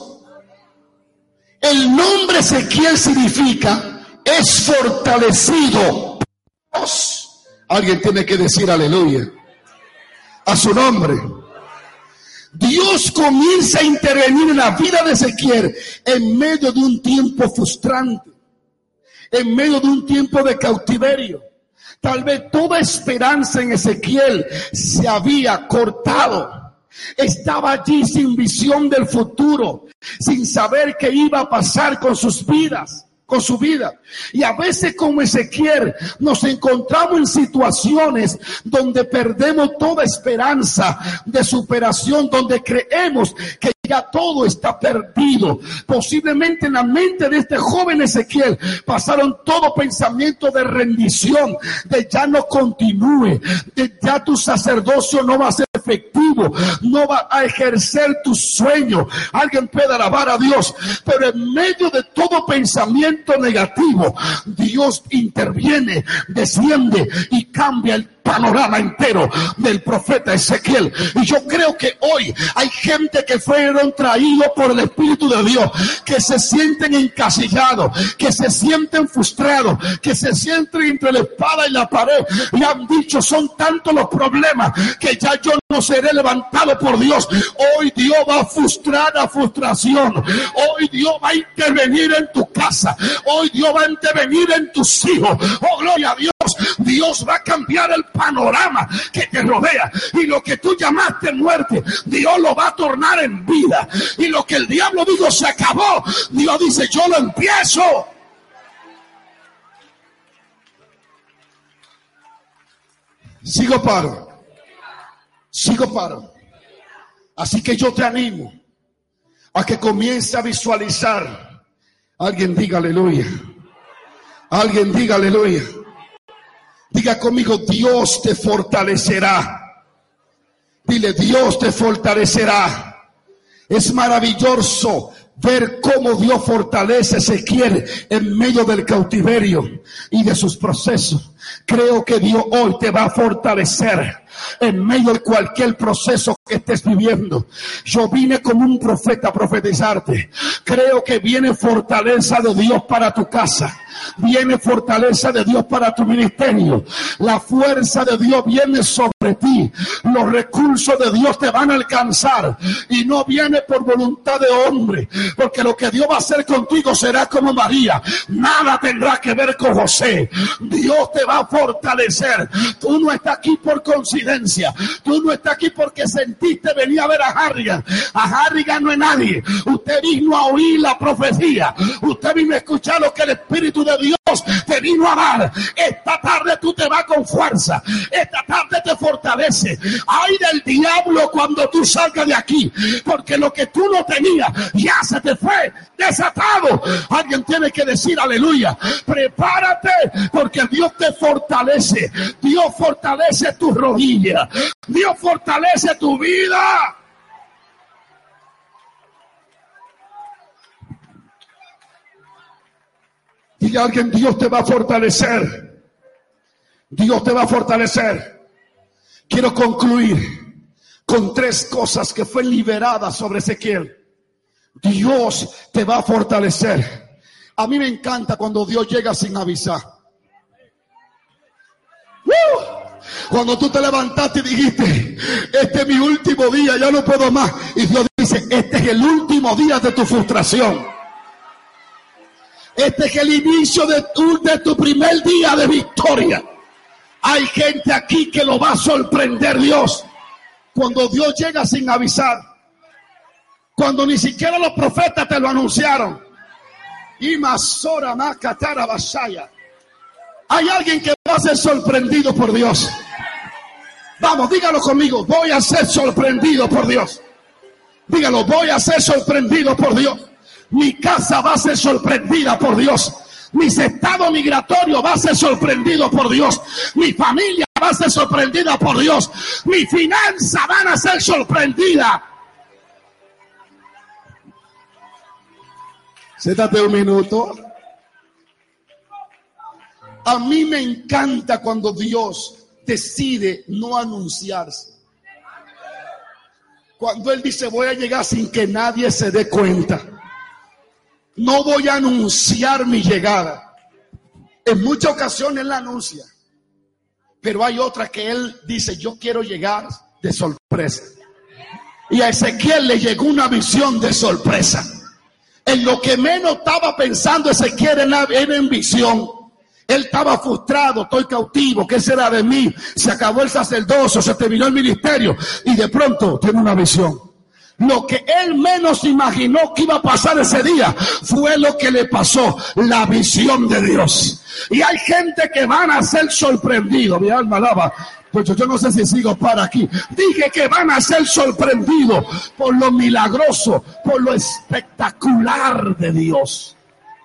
El nombre Ezequiel significa es fortalecido por Dios. Alguien tiene que decir aleluya a su nombre. Dios comienza a intervenir en la vida de Ezequiel en medio de un tiempo frustrante, en medio de un tiempo de cautiverio. Tal vez toda esperanza en Ezequiel se había cortado. Estaba allí sin visión del futuro, sin saber qué iba a pasar con sus vidas, con su vida. Y a veces como Ezequiel nos encontramos en situaciones donde perdemos toda esperanza de superación, donde creemos que ya todo está perdido. Posiblemente en la mente de este joven Ezequiel pasaron todo pensamiento de rendición, de ya no continúe, de ya tu sacerdocio no va a ser efectivo, no va a ejercer tu sueño. Alguien puede alabar a Dios, pero en medio de todo pensamiento negativo, Dios interviene, desciende y cambia el panorama entero del profeta Ezequiel. Y yo creo que hoy hay gente que fueron traídos por el Espíritu de Dios, que se sienten encasillados, que se sienten frustrados, que se sienten entre la espada y la pared, y han dicho: son tantos los problemas que ya yo no seré levantado por Dios. Hoy Dios va a frustrar la frustración. Hoy Dios va a intervenir en tu casa. Hoy Dios va a intervenir en tus hijos. Oh, gloria a Dios. Dios va a cambiar el panorama que te rodea, y lo que tú llamaste muerte, Dios lo va a tornar en vida, y lo que el diablo dijo se acabó, Dios dice: yo lo empiezo. Sigo paro. Así que yo te animo a que comience a visualizar. Alguien diga aleluya. Alguien diga aleluya. Diga conmigo: Dios te fortalecerá. Dile: Dios te fortalecerá. Es maravilloso ver cómo Dios fortalece a Ezequiel en medio del cautiverio y de sus procesos. Creo que Dios hoy te va a fortalecer en medio de cualquier proceso que estés viviendo. Yo vine como un profeta a profetizarte. Creo que viene fortaleza de Dios para tu casa. Viene fortaleza de Dios para tu ministerio. La fuerza de Dios viene sobre ti. Los recursos de Dios te van a alcanzar. Y no viene por voluntad de hombre. Porque lo que Dios va a hacer contigo será como María. Nada tendrá que ver con José. Dios te va a fortalecer. Tú no estás aquí por coincidencia. Tú no estás aquí porque sentiste venir a ver a Harrigan. A Harrigan no es nadie. Usted vino a oír la profecía. Usted vino a escuchar lo que el Espíritu de Dios te vino a dar. Esta tarde tú te vas con fuerza. Esta tarde te fortalece. Ay del diablo cuando tú salgas de aquí, porque lo que tú no tenías ya se te fue desatado. Alguien tiene que decir aleluya. Prepárate, porque Dios te fortalece. Dios fortalece tu rodilla. Dios fortalece tu vida. Dile a alguien: Dios te va a fortalecer. Dios te va a fortalecer. Quiero concluir con 3 cosas que fue liberadas sobre Ezequiel. Dios te va a fortalecer. A mí me encanta cuando Dios llega sin avisar. Cuando tú te levantaste y dijiste: este es mi último día, ya no puedo más. Y Dios dice: este es el último día de tu frustración. Este es el inicio de tu primer día de victoria. Hay gente aquí que lo va a sorprender Dios. Cuando Dios llega sin avisar. Cuando ni siquiera los profetas te lo anunciaron. Y Masora Makatara Basaya. Hay alguien que va a ser sorprendido por Dios. Vamos, dígalo conmigo: voy a ser sorprendido por Dios. Dígalo: voy a ser sorprendido por Dios. Mi casa va a ser sorprendida por Dios. Mi estado migratorio va a ser sorprendido por Dios. Mi familia va a ser sorprendida por Dios. Mi finanza van a ser sorprendida. Siéntate un minuto. A mí me encanta cuando Dios decide no anunciarse. Cuando Él dice: voy a llegar sin que nadie se dé cuenta. No voy a anunciar mi llegada. En muchas ocasiones Él la anuncia. Pero hay otra que Él dice: yo quiero llegar de sorpresa. Y a Ezequiel le llegó una visión de sorpresa. En lo que menos estaba pensando Ezequiel era en visión. Él estaba frustrado: estoy cautivo, ¿qué será de mí? Se acabó el sacerdocio, se terminó el ministerio. Y de pronto tiene una visión. Lo que él menos imaginó que iba a pasar ese día fue lo que le pasó, la visión de Dios. Y hay gente que van a ser sorprendidos. Mi alma alaba. Pues yo no sé si sigo para aquí. Dije que van a ser sorprendidos por lo milagroso, por lo espectacular de Dios.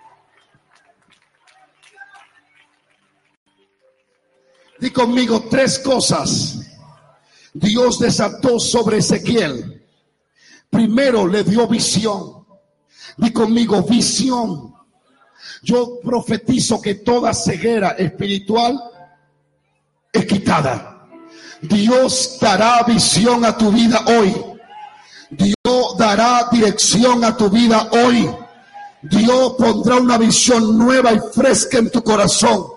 Di conmigo 3 cosas Dios desató sobre Ezequiel. Primero, le dio visión. Di conmigo, visión. Yo profetizo que toda ceguera espiritual es quitada. Dios dará visión a tu vida hoy. Dios dará dirección a tu vida hoy. Dios pondrá una visión nueva y fresca en tu corazón.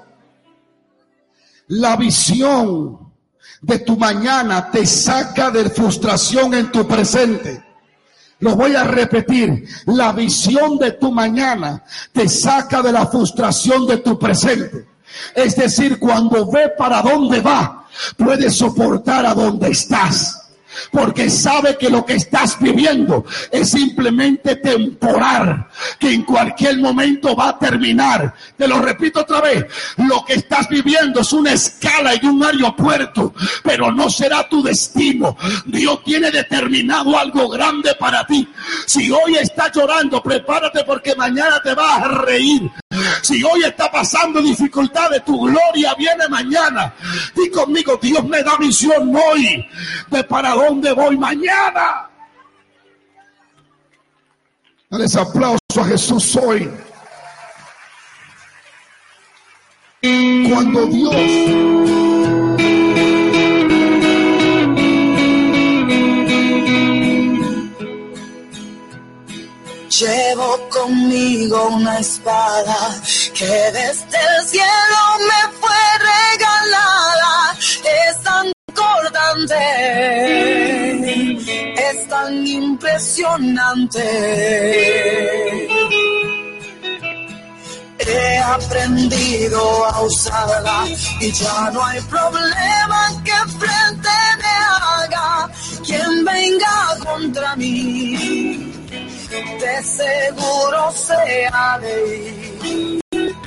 La visión de tu mañana te saca de frustración en tu presente. Lo voy a repetir. La visión de tu mañana te saca de la frustración de tu presente. Es decir, cuando ve para dónde va, puedes soportar a donde estás. Porque sabe que lo que estás viviendo es simplemente temporal, que en cualquier momento va a terminar. Te lo repito otra vez, lo que estás viviendo es una escala en un aeropuerto, pero no será tu destino. Dios tiene determinado algo grande para ti. Si hoy estás llorando, prepárate porque mañana te vas a reír. Si hoy está pasando dificultades, tu gloria viene mañana. Di conmigo, Dios me da visión hoy de para dónde voy mañana. Dale ese aplauso a Jesús hoy. Cuando Dios llevo conmigo una espada que desde el cielo me fue regalada. Es tan cortante, es tan impresionante. He aprendido a usarla y ya no hay problema que frente me haga. Quien venga contra mí, de seguro se ha de ir.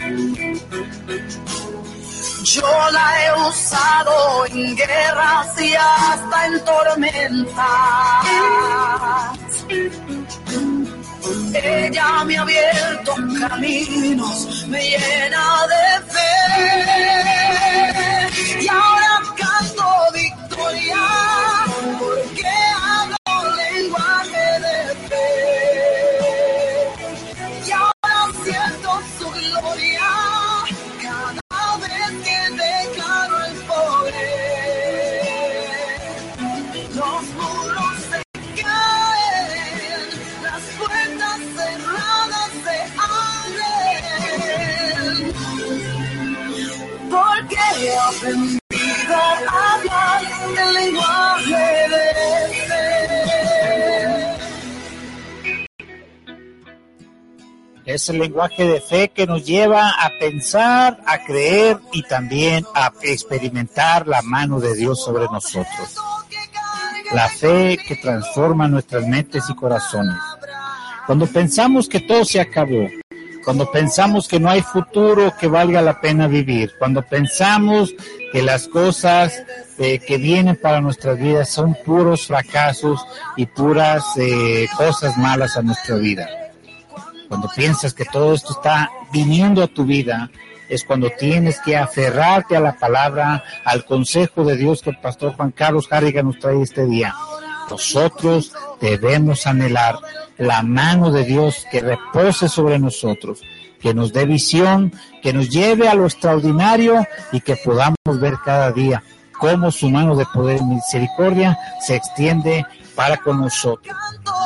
Yo la he usado en guerras y hasta en tormentas. Ella me ha abierto caminos, me llena de fe. Y ahora canto victoria porque hablo lenguaje de fe. Y ahora siento su gloria cada vez que declaro el poder. Los muros se caen, las puertas cerradas se abren, porque he aprendido a hablar el lenguaje de fe. Es el lenguaje de fe que nos lleva a pensar, a creer y también a experimentar la mano de Dios sobre nosotros. La fe que transforma nuestras mentes y corazones. Cuando pensamos que todo se acabó, cuando pensamos que no hay futuro que valga la pena vivir, cuando pensamos que las cosas que vienen para nuestras vidas son puros fracasos y puras cosas malas a nuestra vida. Cuando piensas que todo esto está viniendo a tu vida, es cuando tienes que aferrarte a la palabra, al consejo de Dios que el pastor Juan Carlos Harrigan nos trae este día. Nosotros debemos anhelar la mano de Dios que repose sobre nosotros, que nos dé visión, que nos lleve a lo extraordinario y que podamos ver cada día cómo su mano de poder y misericordia se extiende para con nosotros.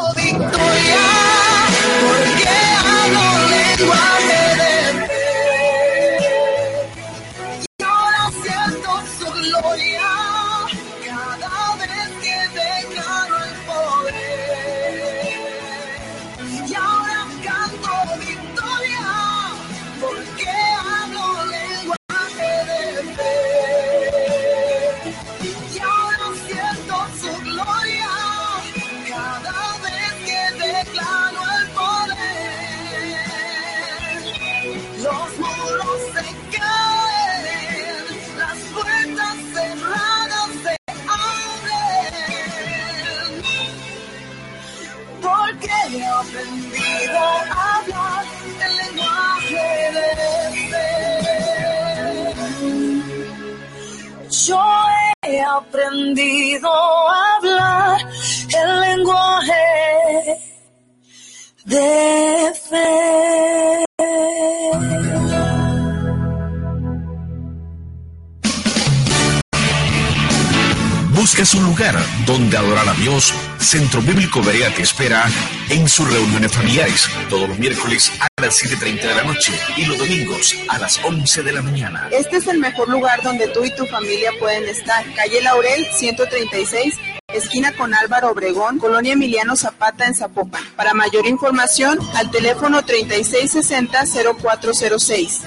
Y ahora siento su gloria cada vez que declaro el poder. Y ahora canto victoria porque hablo lenguaje de fe. Y ahora siento su gloria cada vez los muros se caen, las puertas cerradas se abren, porque he aprendido a hablar el lenguaje de fe. Yo he aprendido a hablar el lenguaje de fe. ¿Buscas un lugar donde adorar a Dios? Centro Bíblico Berea te espera en sus reuniones familiares todos los miércoles a las 7:30 de la noche y los domingos a las 11 de la mañana. Este es el mejor lugar donde tú y tu familia pueden estar. Calle Laurel 136, esquina con Álvaro Obregón, Colonia Emiliano Zapata en Zapopan. Para mayor información, al teléfono 3660-0406.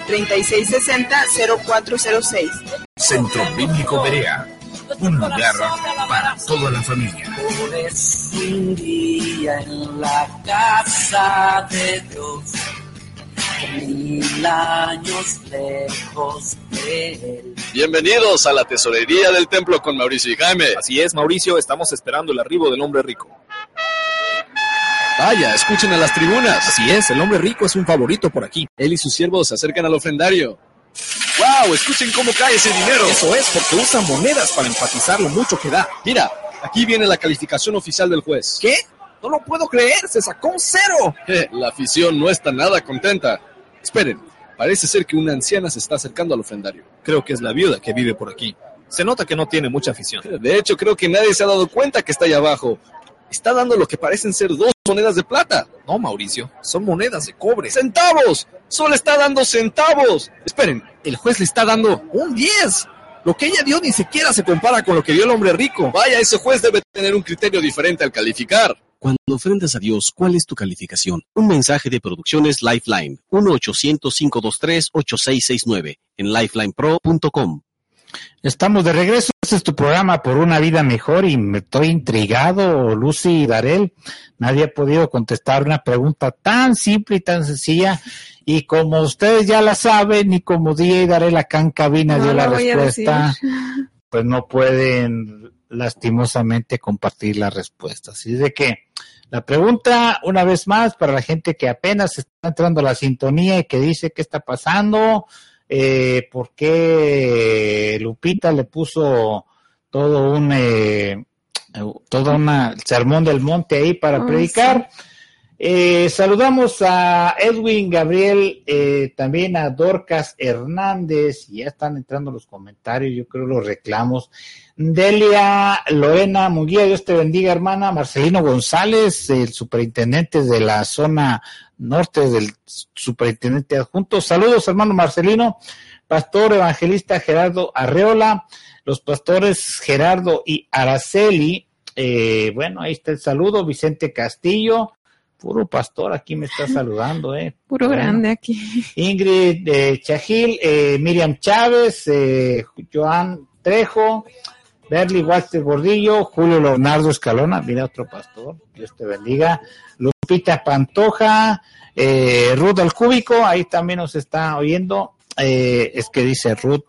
3660-0406. Centro Bíblico Berea, un lugar para toda la familia. Es un día en la casa de Dios, 1000 años lejos de él. Bienvenidos a la tesorería del templo con Mauricio y Jaime. Así es, Mauricio, estamos esperando el arribo del hombre rico. Vaya, escuchen a las tribunas. Así es, el hombre rico es un favorito por aquí. Él y sus siervos se acercan al ofrendario. ¡Wow! Escuchen cómo cae ese dinero. Eso es, porque usan monedas para enfatizar lo mucho que da. Mira, aquí viene la calificación oficial del juez. ¿Qué? No lo puedo creer, se sacó un 0. La afición no está nada contenta. Esperen, parece ser que una anciana se está acercando al ofrendario. Creo que es la viuda que vive por aquí. Se nota que no tiene mucha afición. De hecho, creo que nadie se ha dado cuenta que está allá abajo. Está dando lo que parecen ser 2 monedas de plata. No, Mauricio, son monedas de cobre. ¡Centavos! ¡Solo está dando centavos! Esperen, el juez le está dando un 10. Lo que ella dio ni siquiera se compara con lo que dio el hombre rico. Vaya, ese juez debe tener un criterio diferente al calificar. Cuando ofrendas a Dios, ¿cuál es tu calificación? Un mensaje de Producciones Lifeline, 1-800-523-8669, en lifelinepro.com. Estamos de regreso, este es tu programa Por una Vida Mejor y me estoy intrigado, Lucy y Darel. Nadie ha podido contestar una pregunta tan simple y tan sencilla y como ustedes ya la saben y como DJ Darel acá en cabina dio la respuesta, pues no pueden lastimosamente compartir la respuesta. Así de que la pregunta, una vez más, para la gente que apenas está entrando a la sintonía y que dice qué está pasando, por qué Lupita le puso todo un sermón del monte ahí para predicar. Sí. Saludamos a Edwin Gabriel, también a Dorcas Hernández, y ya están entrando los comentarios, yo creo los reclamos. Delia Lorena Munguía, Dios te bendiga, hermana. Marcelino González, el superintendente de la zona norte del superintendente adjunto. Saludos, hermano Marcelino. Pastor evangelista Gerardo Arreola, los pastores Gerardo y Araceli. Bueno, ahí está el saludo. Vicente Castillo, puro pastor aquí me está saludando. Puro bueno, grande aquí. Ingrid Chajil, Miriam Chávez, Joan Trejo, Berly Walter Gordillo, Julio Leonardo Escalona, mira otro pastor, Dios te bendiga. Lupita Pantoja, Ruth del Cúbico, ahí también nos está oyendo. Es que dice Ruth.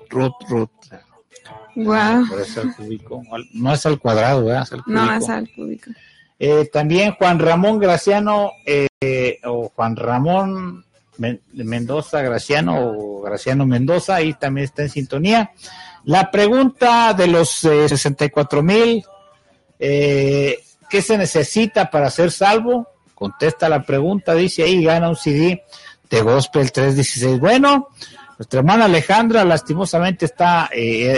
Wow. Por eso el cúbico. No es al cuadrado, ¿verdad? Es al cúbico. No, es al cúbico. También Juan Ramón Graciano, o Juan Ramón Mendoza Graciano, o Graciano Mendoza, ahí también está en sintonía. La pregunta de los 64,000, ¿qué se necesita para ser salvo? Contesta la pregunta, dice ahí, gana un CD de Gospel 316. Bueno, nuestra hermana Alejandra lastimosamente está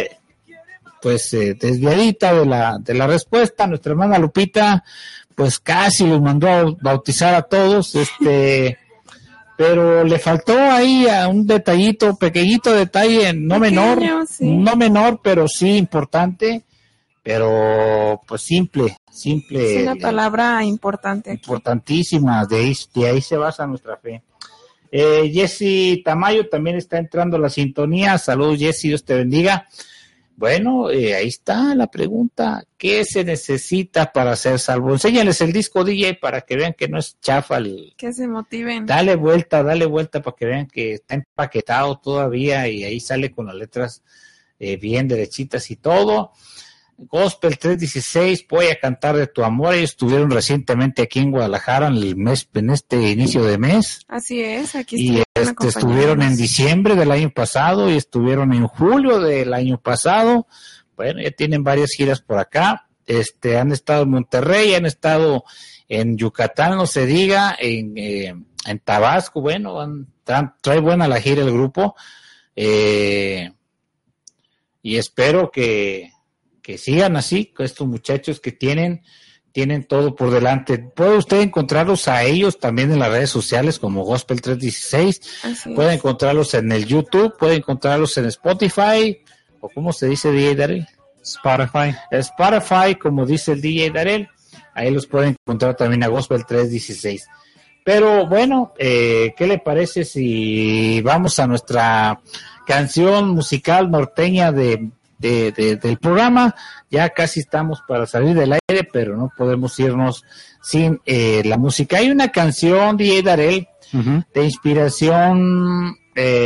desviadita de la respuesta. Nuestra hermana Lupita pues casi los mandó a bautizar a todos, pero le faltó ahí a un detallito, pequeñito detalle, no menor, pero sí importante, pero pues simple. Es una palabra importante. Importantísima, de ahí se basa nuestra fe. Jessy Tamayo también está entrando a la sintonía. Saludos, Jessy, Dios te bendiga. Bueno, ahí está la pregunta. ¿Qué se necesita para ser salvo? Enséñales el disco, DJ, para que vean que no es chafa. Que se motiven. Dale vuelta para que vean que está empaquetado todavía y ahí sale con las letras bien derechitas y todo. Gospel 316, voy a cantar de tu amor. Ellos estuvieron recientemente aquí en Guadalajara en este inicio de mes. Así es, aquí estuvieron en diciembre del año pasado y estuvieron en julio del año pasado. Bueno, ya tienen varias giras por acá. Han estado en Monterrey, han estado en Yucatán, no se diga, en Tabasco. Bueno, trae buena la gira el grupo. Y espero que sigan así, con estos muchachos que tienen todo por delante. Puede usted encontrarlos a ellos también en las redes sociales como Gospel 316. Puede encontrarlos en el YouTube, puede encontrarlos en Spotify, o ¿cómo se dice, DJ Darel? Spotify, como dice el DJ Darel. Ahí los pueden encontrar también a Gospel 316. Pero bueno, ¿qué le parece si vamos a nuestra canción musical norteña del programa? Ya casi estamos para salir del aire, pero no podemos irnos sin la música. Hay una canción, DJ Darel, de inspiración,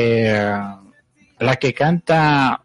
la que canta,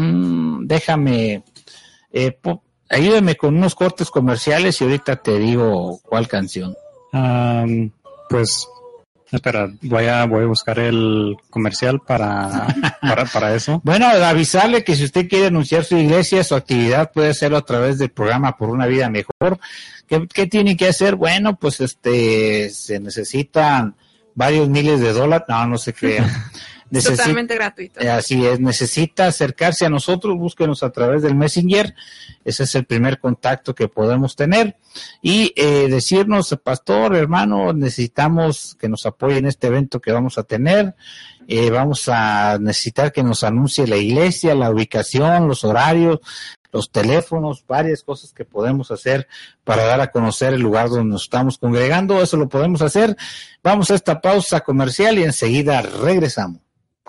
ayúdame con unos cortes comerciales y ahorita te digo cuál canción. Pues espera, voy a buscar el comercial para eso. Bueno, avisarle que si usted quiere anunciar su iglesia, su actividad, puede hacerlo a través del programa Por una Vida Mejor. ¿Qué tiene que hacer? Bueno, pues se necesitan varios miles de dólares. No se crean. Totalmente gratuito. Así es, necesita acercarse a nosotros, búsquenos a través del Messenger, ese es el primer contacto que podemos tener, y decirnos, pastor, hermano, necesitamos que nos apoye en este evento que vamos a tener, vamos a necesitar que nos anuncie la iglesia, la ubicación, los horarios, los teléfonos, varias cosas que podemos hacer para dar a conocer el lugar donde nos estamos congregando. Eso lo podemos hacer. Vamos a esta pausa comercial y enseguida regresamos.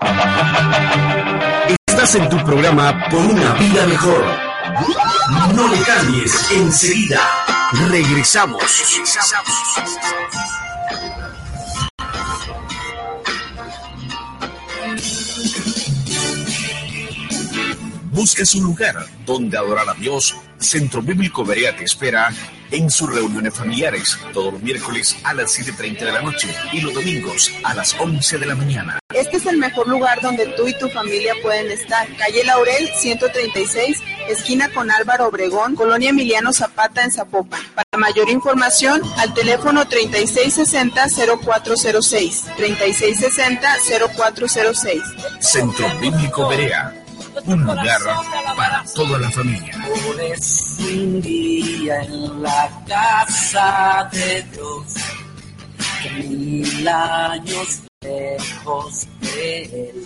Estás en tu programa Por una Vida Mejor. No le cambies, enseguida regresamos. ¿Buscas un lugar donde adorar a Dios? Centro Bíblico Berea te espera en sus reuniones familiares todos los miércoles a las 7:30 de la noche y los domingos a las 11 de la mañana. Este es el mejor lugar donde tú y tu familia pueden estar. Calle Laurel, 136, esquina con Álvaro Obregón, Colonia Emiliano Zapata en Zapopan. Para mayor información, al teléfono 3660-0406. 3660-0406. Centro Bíblico Berea. Un lugar para toda la familia. Por eso un día en la casa de Dios, que 1000 años lejos de él.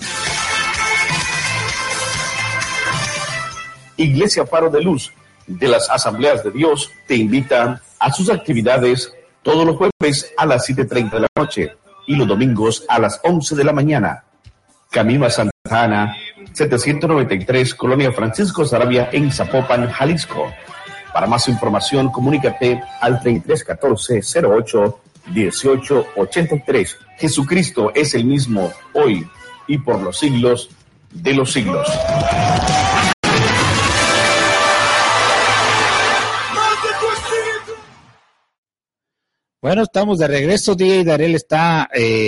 Iglesia Faro de Luz de las Asambleas de Dios te invita a sus actividades todos los jueves a las 7:30 de la noche y los domingos a las 11 de la mañana. Camino a Santa Ana, 793, Colonia Francisco Sarabia, en Zapopan, Jalisco. Para más información, comunícate al 3314-08-1883. Jesucristo es el mismo hoy y por los siglos de los siglos. Bueno, estamos de regreso. DJ Darel está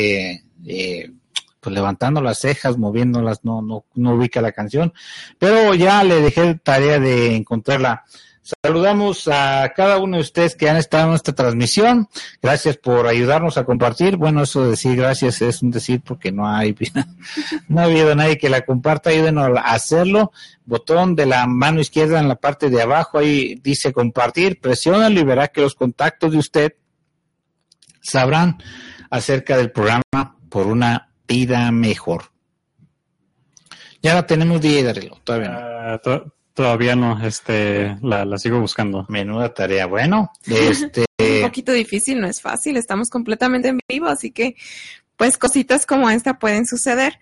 pues levantando las cejas, moviéndolas, no ubica la canción, pero ya le dejé tarea de encontrarla. Saludamos a cada uno de ustedes que han estado en esta transmisión. Gracias por ayudarnos a compartir. Bueno, eso de decir gracias es un decir porque no ha habido nadie que la comparta. Ayúdenos a hacerlo. Botón de la mano izquierda en la parte de abajo, ahí dice compartir. Presiónalo y verá que los contactos de usted sabrán acerca del programa Por una Vida Mejor. Ya la tenemos, DJ Darelo, todavía no. Todavía no, la sigo buscando. Menuda tarea. Bueno, un poquito difícil, no es fácil, estamos completamente en vivo, así que pues cositas como esta pueden suceder.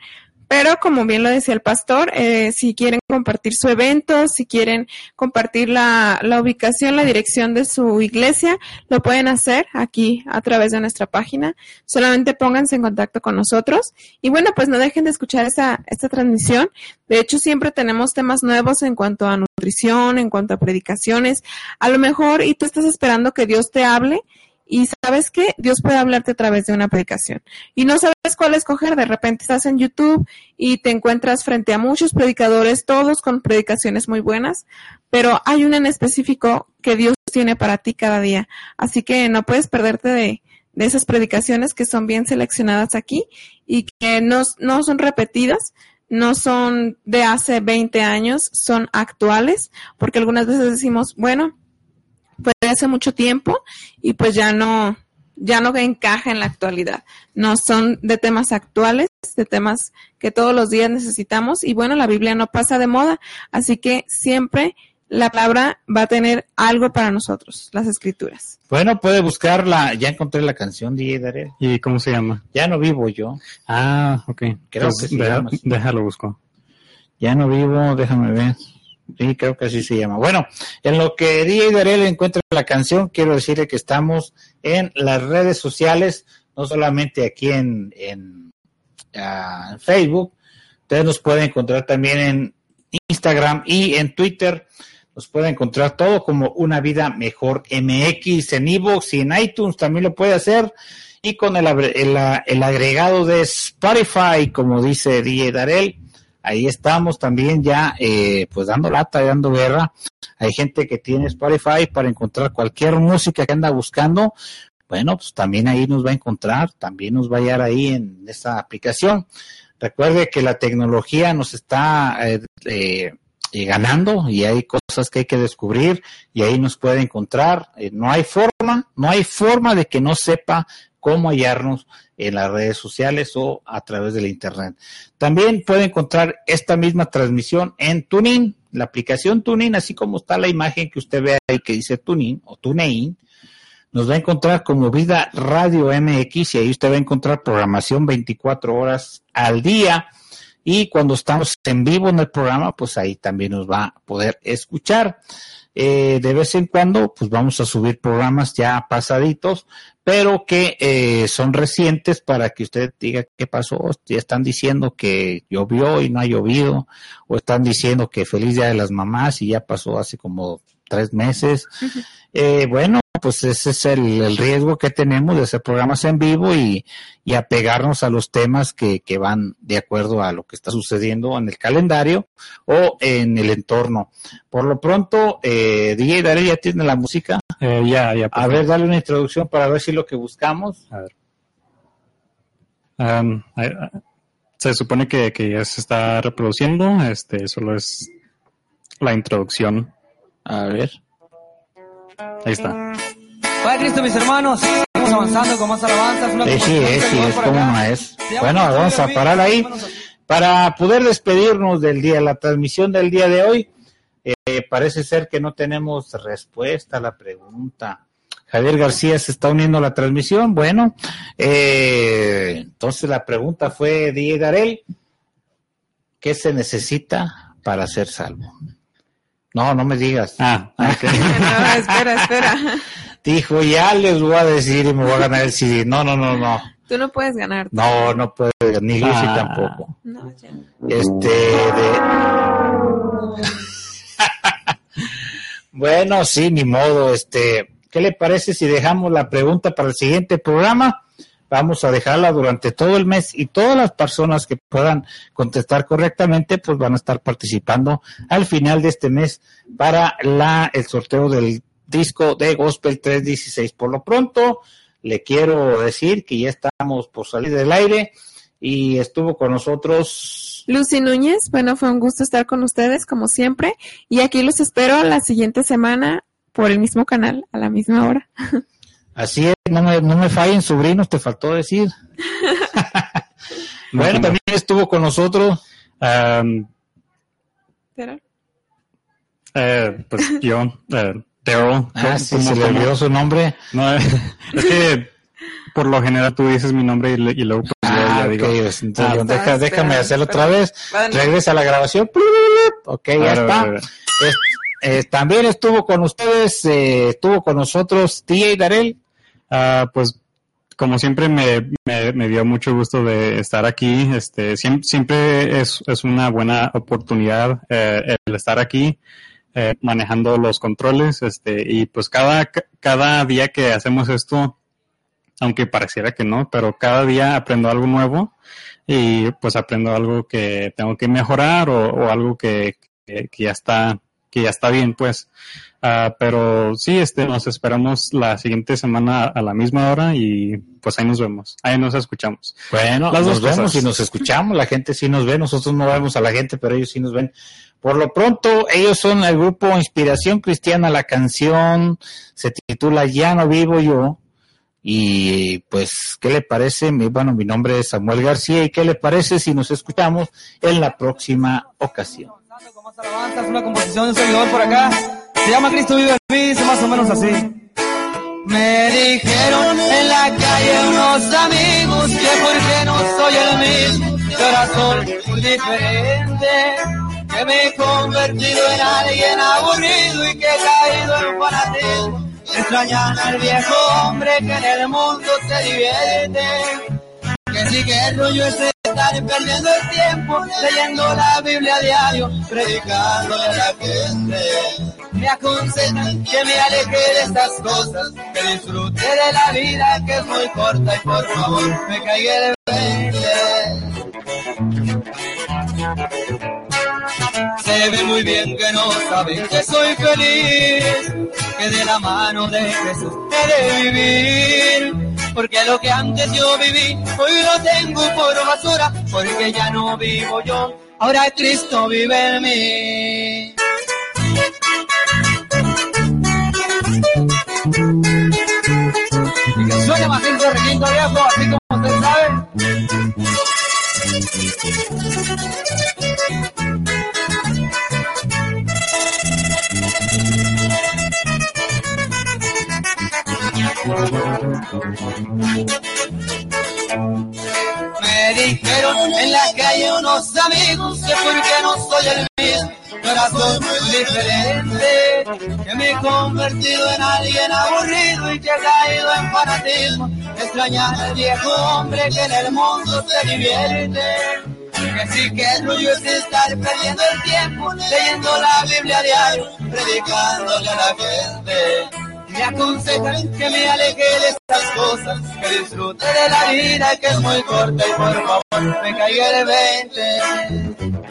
Pero como bien lo decía el pastor, si quieren compartir su evento, si quieren compartir la ubicación, la dirección de su iglesia, lo pueden hacer aquí a través de nuestra página. Solamente pónganse en contacto con nosotros. Y bueno, pues no dejen de escuchar esta transmisión. De hecho, siempre tenemos temas nuevos en cuanto a nutrición, en cuanto a predicaciones. A lo mejor, y tú estás esperando que Dios te hable, y ¿sabes qué? Dios puede hablarte a través de una predicación. Y no sabes cuál escoger. De repente estás en YouTube y te encuentras frente a muchos predicadores, todos con predicaciones muy buenas, pero hay una en específico que Dios tiene para ti cada día. Así que no puedes perderte de esas predicaciones que son bien seleccionadas aquí y que no son repetidas, no son de hace 20 años, son actuales, porque algunas veces decimos, bueno, fue de hace mucho tiempo y pues ya no encaja en la actualidad. No son de temas actuales, de temas que todos los días necesitamos y bueno, la Biblia no pasa de moda, así que siempre la palabra va a tener algo para nosotros, las escrituras. Bueno, puede buscarla, ya encontré la canción, DJ Darel. ¿Y cómo se llama? Ya no vivo yo. Ah, ok. Creo pues que se llama así. Déjalo busco. Ya no vivo, déjame ver. Sí, creo que así se llama. Bueno, en lo que DJ Darel encuentra la canción, quiero decirle que estamos en las redes sociales, no solamente aquí en Facebook, ustedes nos pueden encontrar también en Instagram y en Twitter, nos pueden encontrar todo como Una Vida Mejor MX, en iVoox y en iTunes también lo puede hacer, y con el agregado de Spotify, como dice DJ Darel. Ahí estamos también ya, pues dando lata, dando guerra. Hay gente que tiene Spotify para encontrar cualquier música que anda buscando. Bueno, pues también ahí nos va a encontrar, también nos va a hallar ahí en esa aplicación. Recuerde que la tecnología nos está ganando y hay cosas que hay que descubrir y ahí nos puede encontrar. No hay forma de que no sepa cómo hallarnos en las redes sociales o a través de la internet. También puede encontrar esta misma transmisión en TuneIn, la aplicación TuneIn, así como está la imagen que usted ve ahí que dice TuneIn o TuneIn, nos va a encontrar como Vida Radio MX y ahí usted va a encontrar programación 24 horas al día y cuando estamos en vivo en el programa, pues ahí también nos va a poder escuchar. De vez en cuando, pues vamos a subir programas ya pasaditos, pero que son recientes para que usted diga qué pasó. Ya están diciendo que llovió y no ha llovido, o están diciendo que feliz Día de las Mamás y ya pasó hace como 3 meses. Bueno, pues ese es el riesgo que tenemos de hacer programas en vivo y apegarnos a los temas que van de acuerdo a lo que está sucediendo en el calendario o en el entorno. Por lo pronto, DJ Darel ya tiene la música. Ya. A ver, dale una introducción para ver si lo que buscamos. A ver. Se supone que ya se está reproduciendo. Solo es la introducción. A ver. Ahí está. Padre Cristo, mis hermanos, estamos avanzando con más alabanzas. Sí, es como no es. Bueno, vamos a parar ahí para poder despedirnos del día, la transmisión del día de hoy. Parece ser que no tenemos respuesta a la pregunta. Javier García se está uniendo a la transmisión. Bueno, entonces la pregunta fue, DJ Darel, ¿qué se necesita para ser salvo? No me digas. Okay. No, espera. Dijo, ya les voy a decir y me voy a ganar el CD. No. Tú no puedes ganar. No puedes, ni Lucy tampoco. No, ya. Bueno, sí, ni modo. ¿Qué le parece si dejamos la pregunta para el siguiente programa? Vamos a dejarla durante todo el mes y todas las personas que puedan contestar correctamente, pues van a estar participando al final de este mes para el sorteo del disco de Gospel 316. Por lo pronto, le quiero decir que ya estamos por salir del aire y estuvo con nosotros Lucy Núñez. Bueno, fue un gusto estar con ustedes como siempre y aquí los espero la siguiente semana por el mismo canal a la misma hora. Así es, no me fallen, sobrinos, te faltó decir. Bueno, también estuvo con nosotros. Pues yo, Daryl. Sí, se le olvidó su nombre. No, es que por lo general tú dices mi nombre y luego pues Entonces, déjame hacerlo otra vez. Regresa a la grabación. Ok, ya está. También estuvo con ustedes, estuvo con nosotros T.A. Darel. Pues como siempre me dio mucho gusto de estar aquí. Siempre es una buena oportunidad el estar aquí manejando los controles. Y pues cada día que hacemos esto, aunque pareciera que no, pero cada día aprendo algo nuevo y pues aprendo algo que tengo que mejorar o algo que ya está bien, pues. Pero sí, nos esperamos la siguiente semana a la misma hora y pues ahí nos vemos, ahí nos escuchamos. Bueno, nos vemos y nos escuchamos, la gente sí nos ve, nosotros no vemos a la gente, pero ellos sí nos ven. Por lo pronto, ellos son el grupo Inspiración Cristiana, la canción se titula Ya no vivo yo. Y pues, ¿qué le parece? Mi nombre es Samuel García, ¿y qué le parece si nos escuchamos en la próxima ocasión? Con más alabanzas, una composición de un servidor por acá. Se llama Cristo vive en mí, dice más o menos así. Me dijeron en la calle unos amigos que porque no soy el mismo, que ahora soy muy diferente, que me he convertido en alguien aburrido y que he caído en fanatismo. Extrañan al viejo hombre que en el mundo se divierte, que si que rollo es estar perdiendo el tiempo, leyendo la Biblia a diario, predicándole a la gente. Me aconsejan que me aleje de estas cosas, que disfrute de la vida que es muy corta y por favor me caiga de 20. Se ve muy bien que no saben que soy feliz, que de la mano de Jesús he de vivir, porque lo que antes yo viví, hoy lo tengo por basura, porque ya no vivo yo, ahora Cristo vive en mí. Y que suene más lindo requinto viejo, así como usted sabe. Me dijeron en la calle unos amigos que porque no soy el mismo, que ahora soy muy diferente, que me he convertido en alguien aburrido y que he caído en fanatismo. Extrañar al viejo hombre que en el mundo se divierte, que sí que el rollo es estar perdiendo el tiempo, leyendo la Biblia a diario, predicándole a la gente. Me aconsejan que me aleje de estas cosas, que disfrute de la vida que es muy corta y por favor me caiga de 20.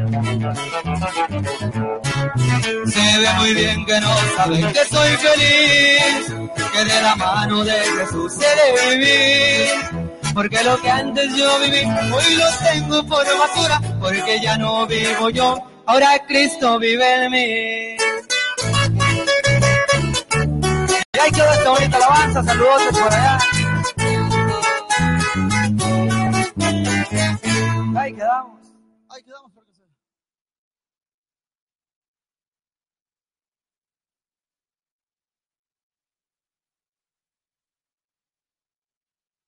Se ve muy bien que no saben que soy feliz, que de la mano de Jesús he de vivir, porque lo que antes yo viví, hoy lo tengo por basura, porque ya no vivo yo, ahora Cristo vive en mí. Y ahí quedó esta bonita alabanza, saludos por allá. Ahí quedamos.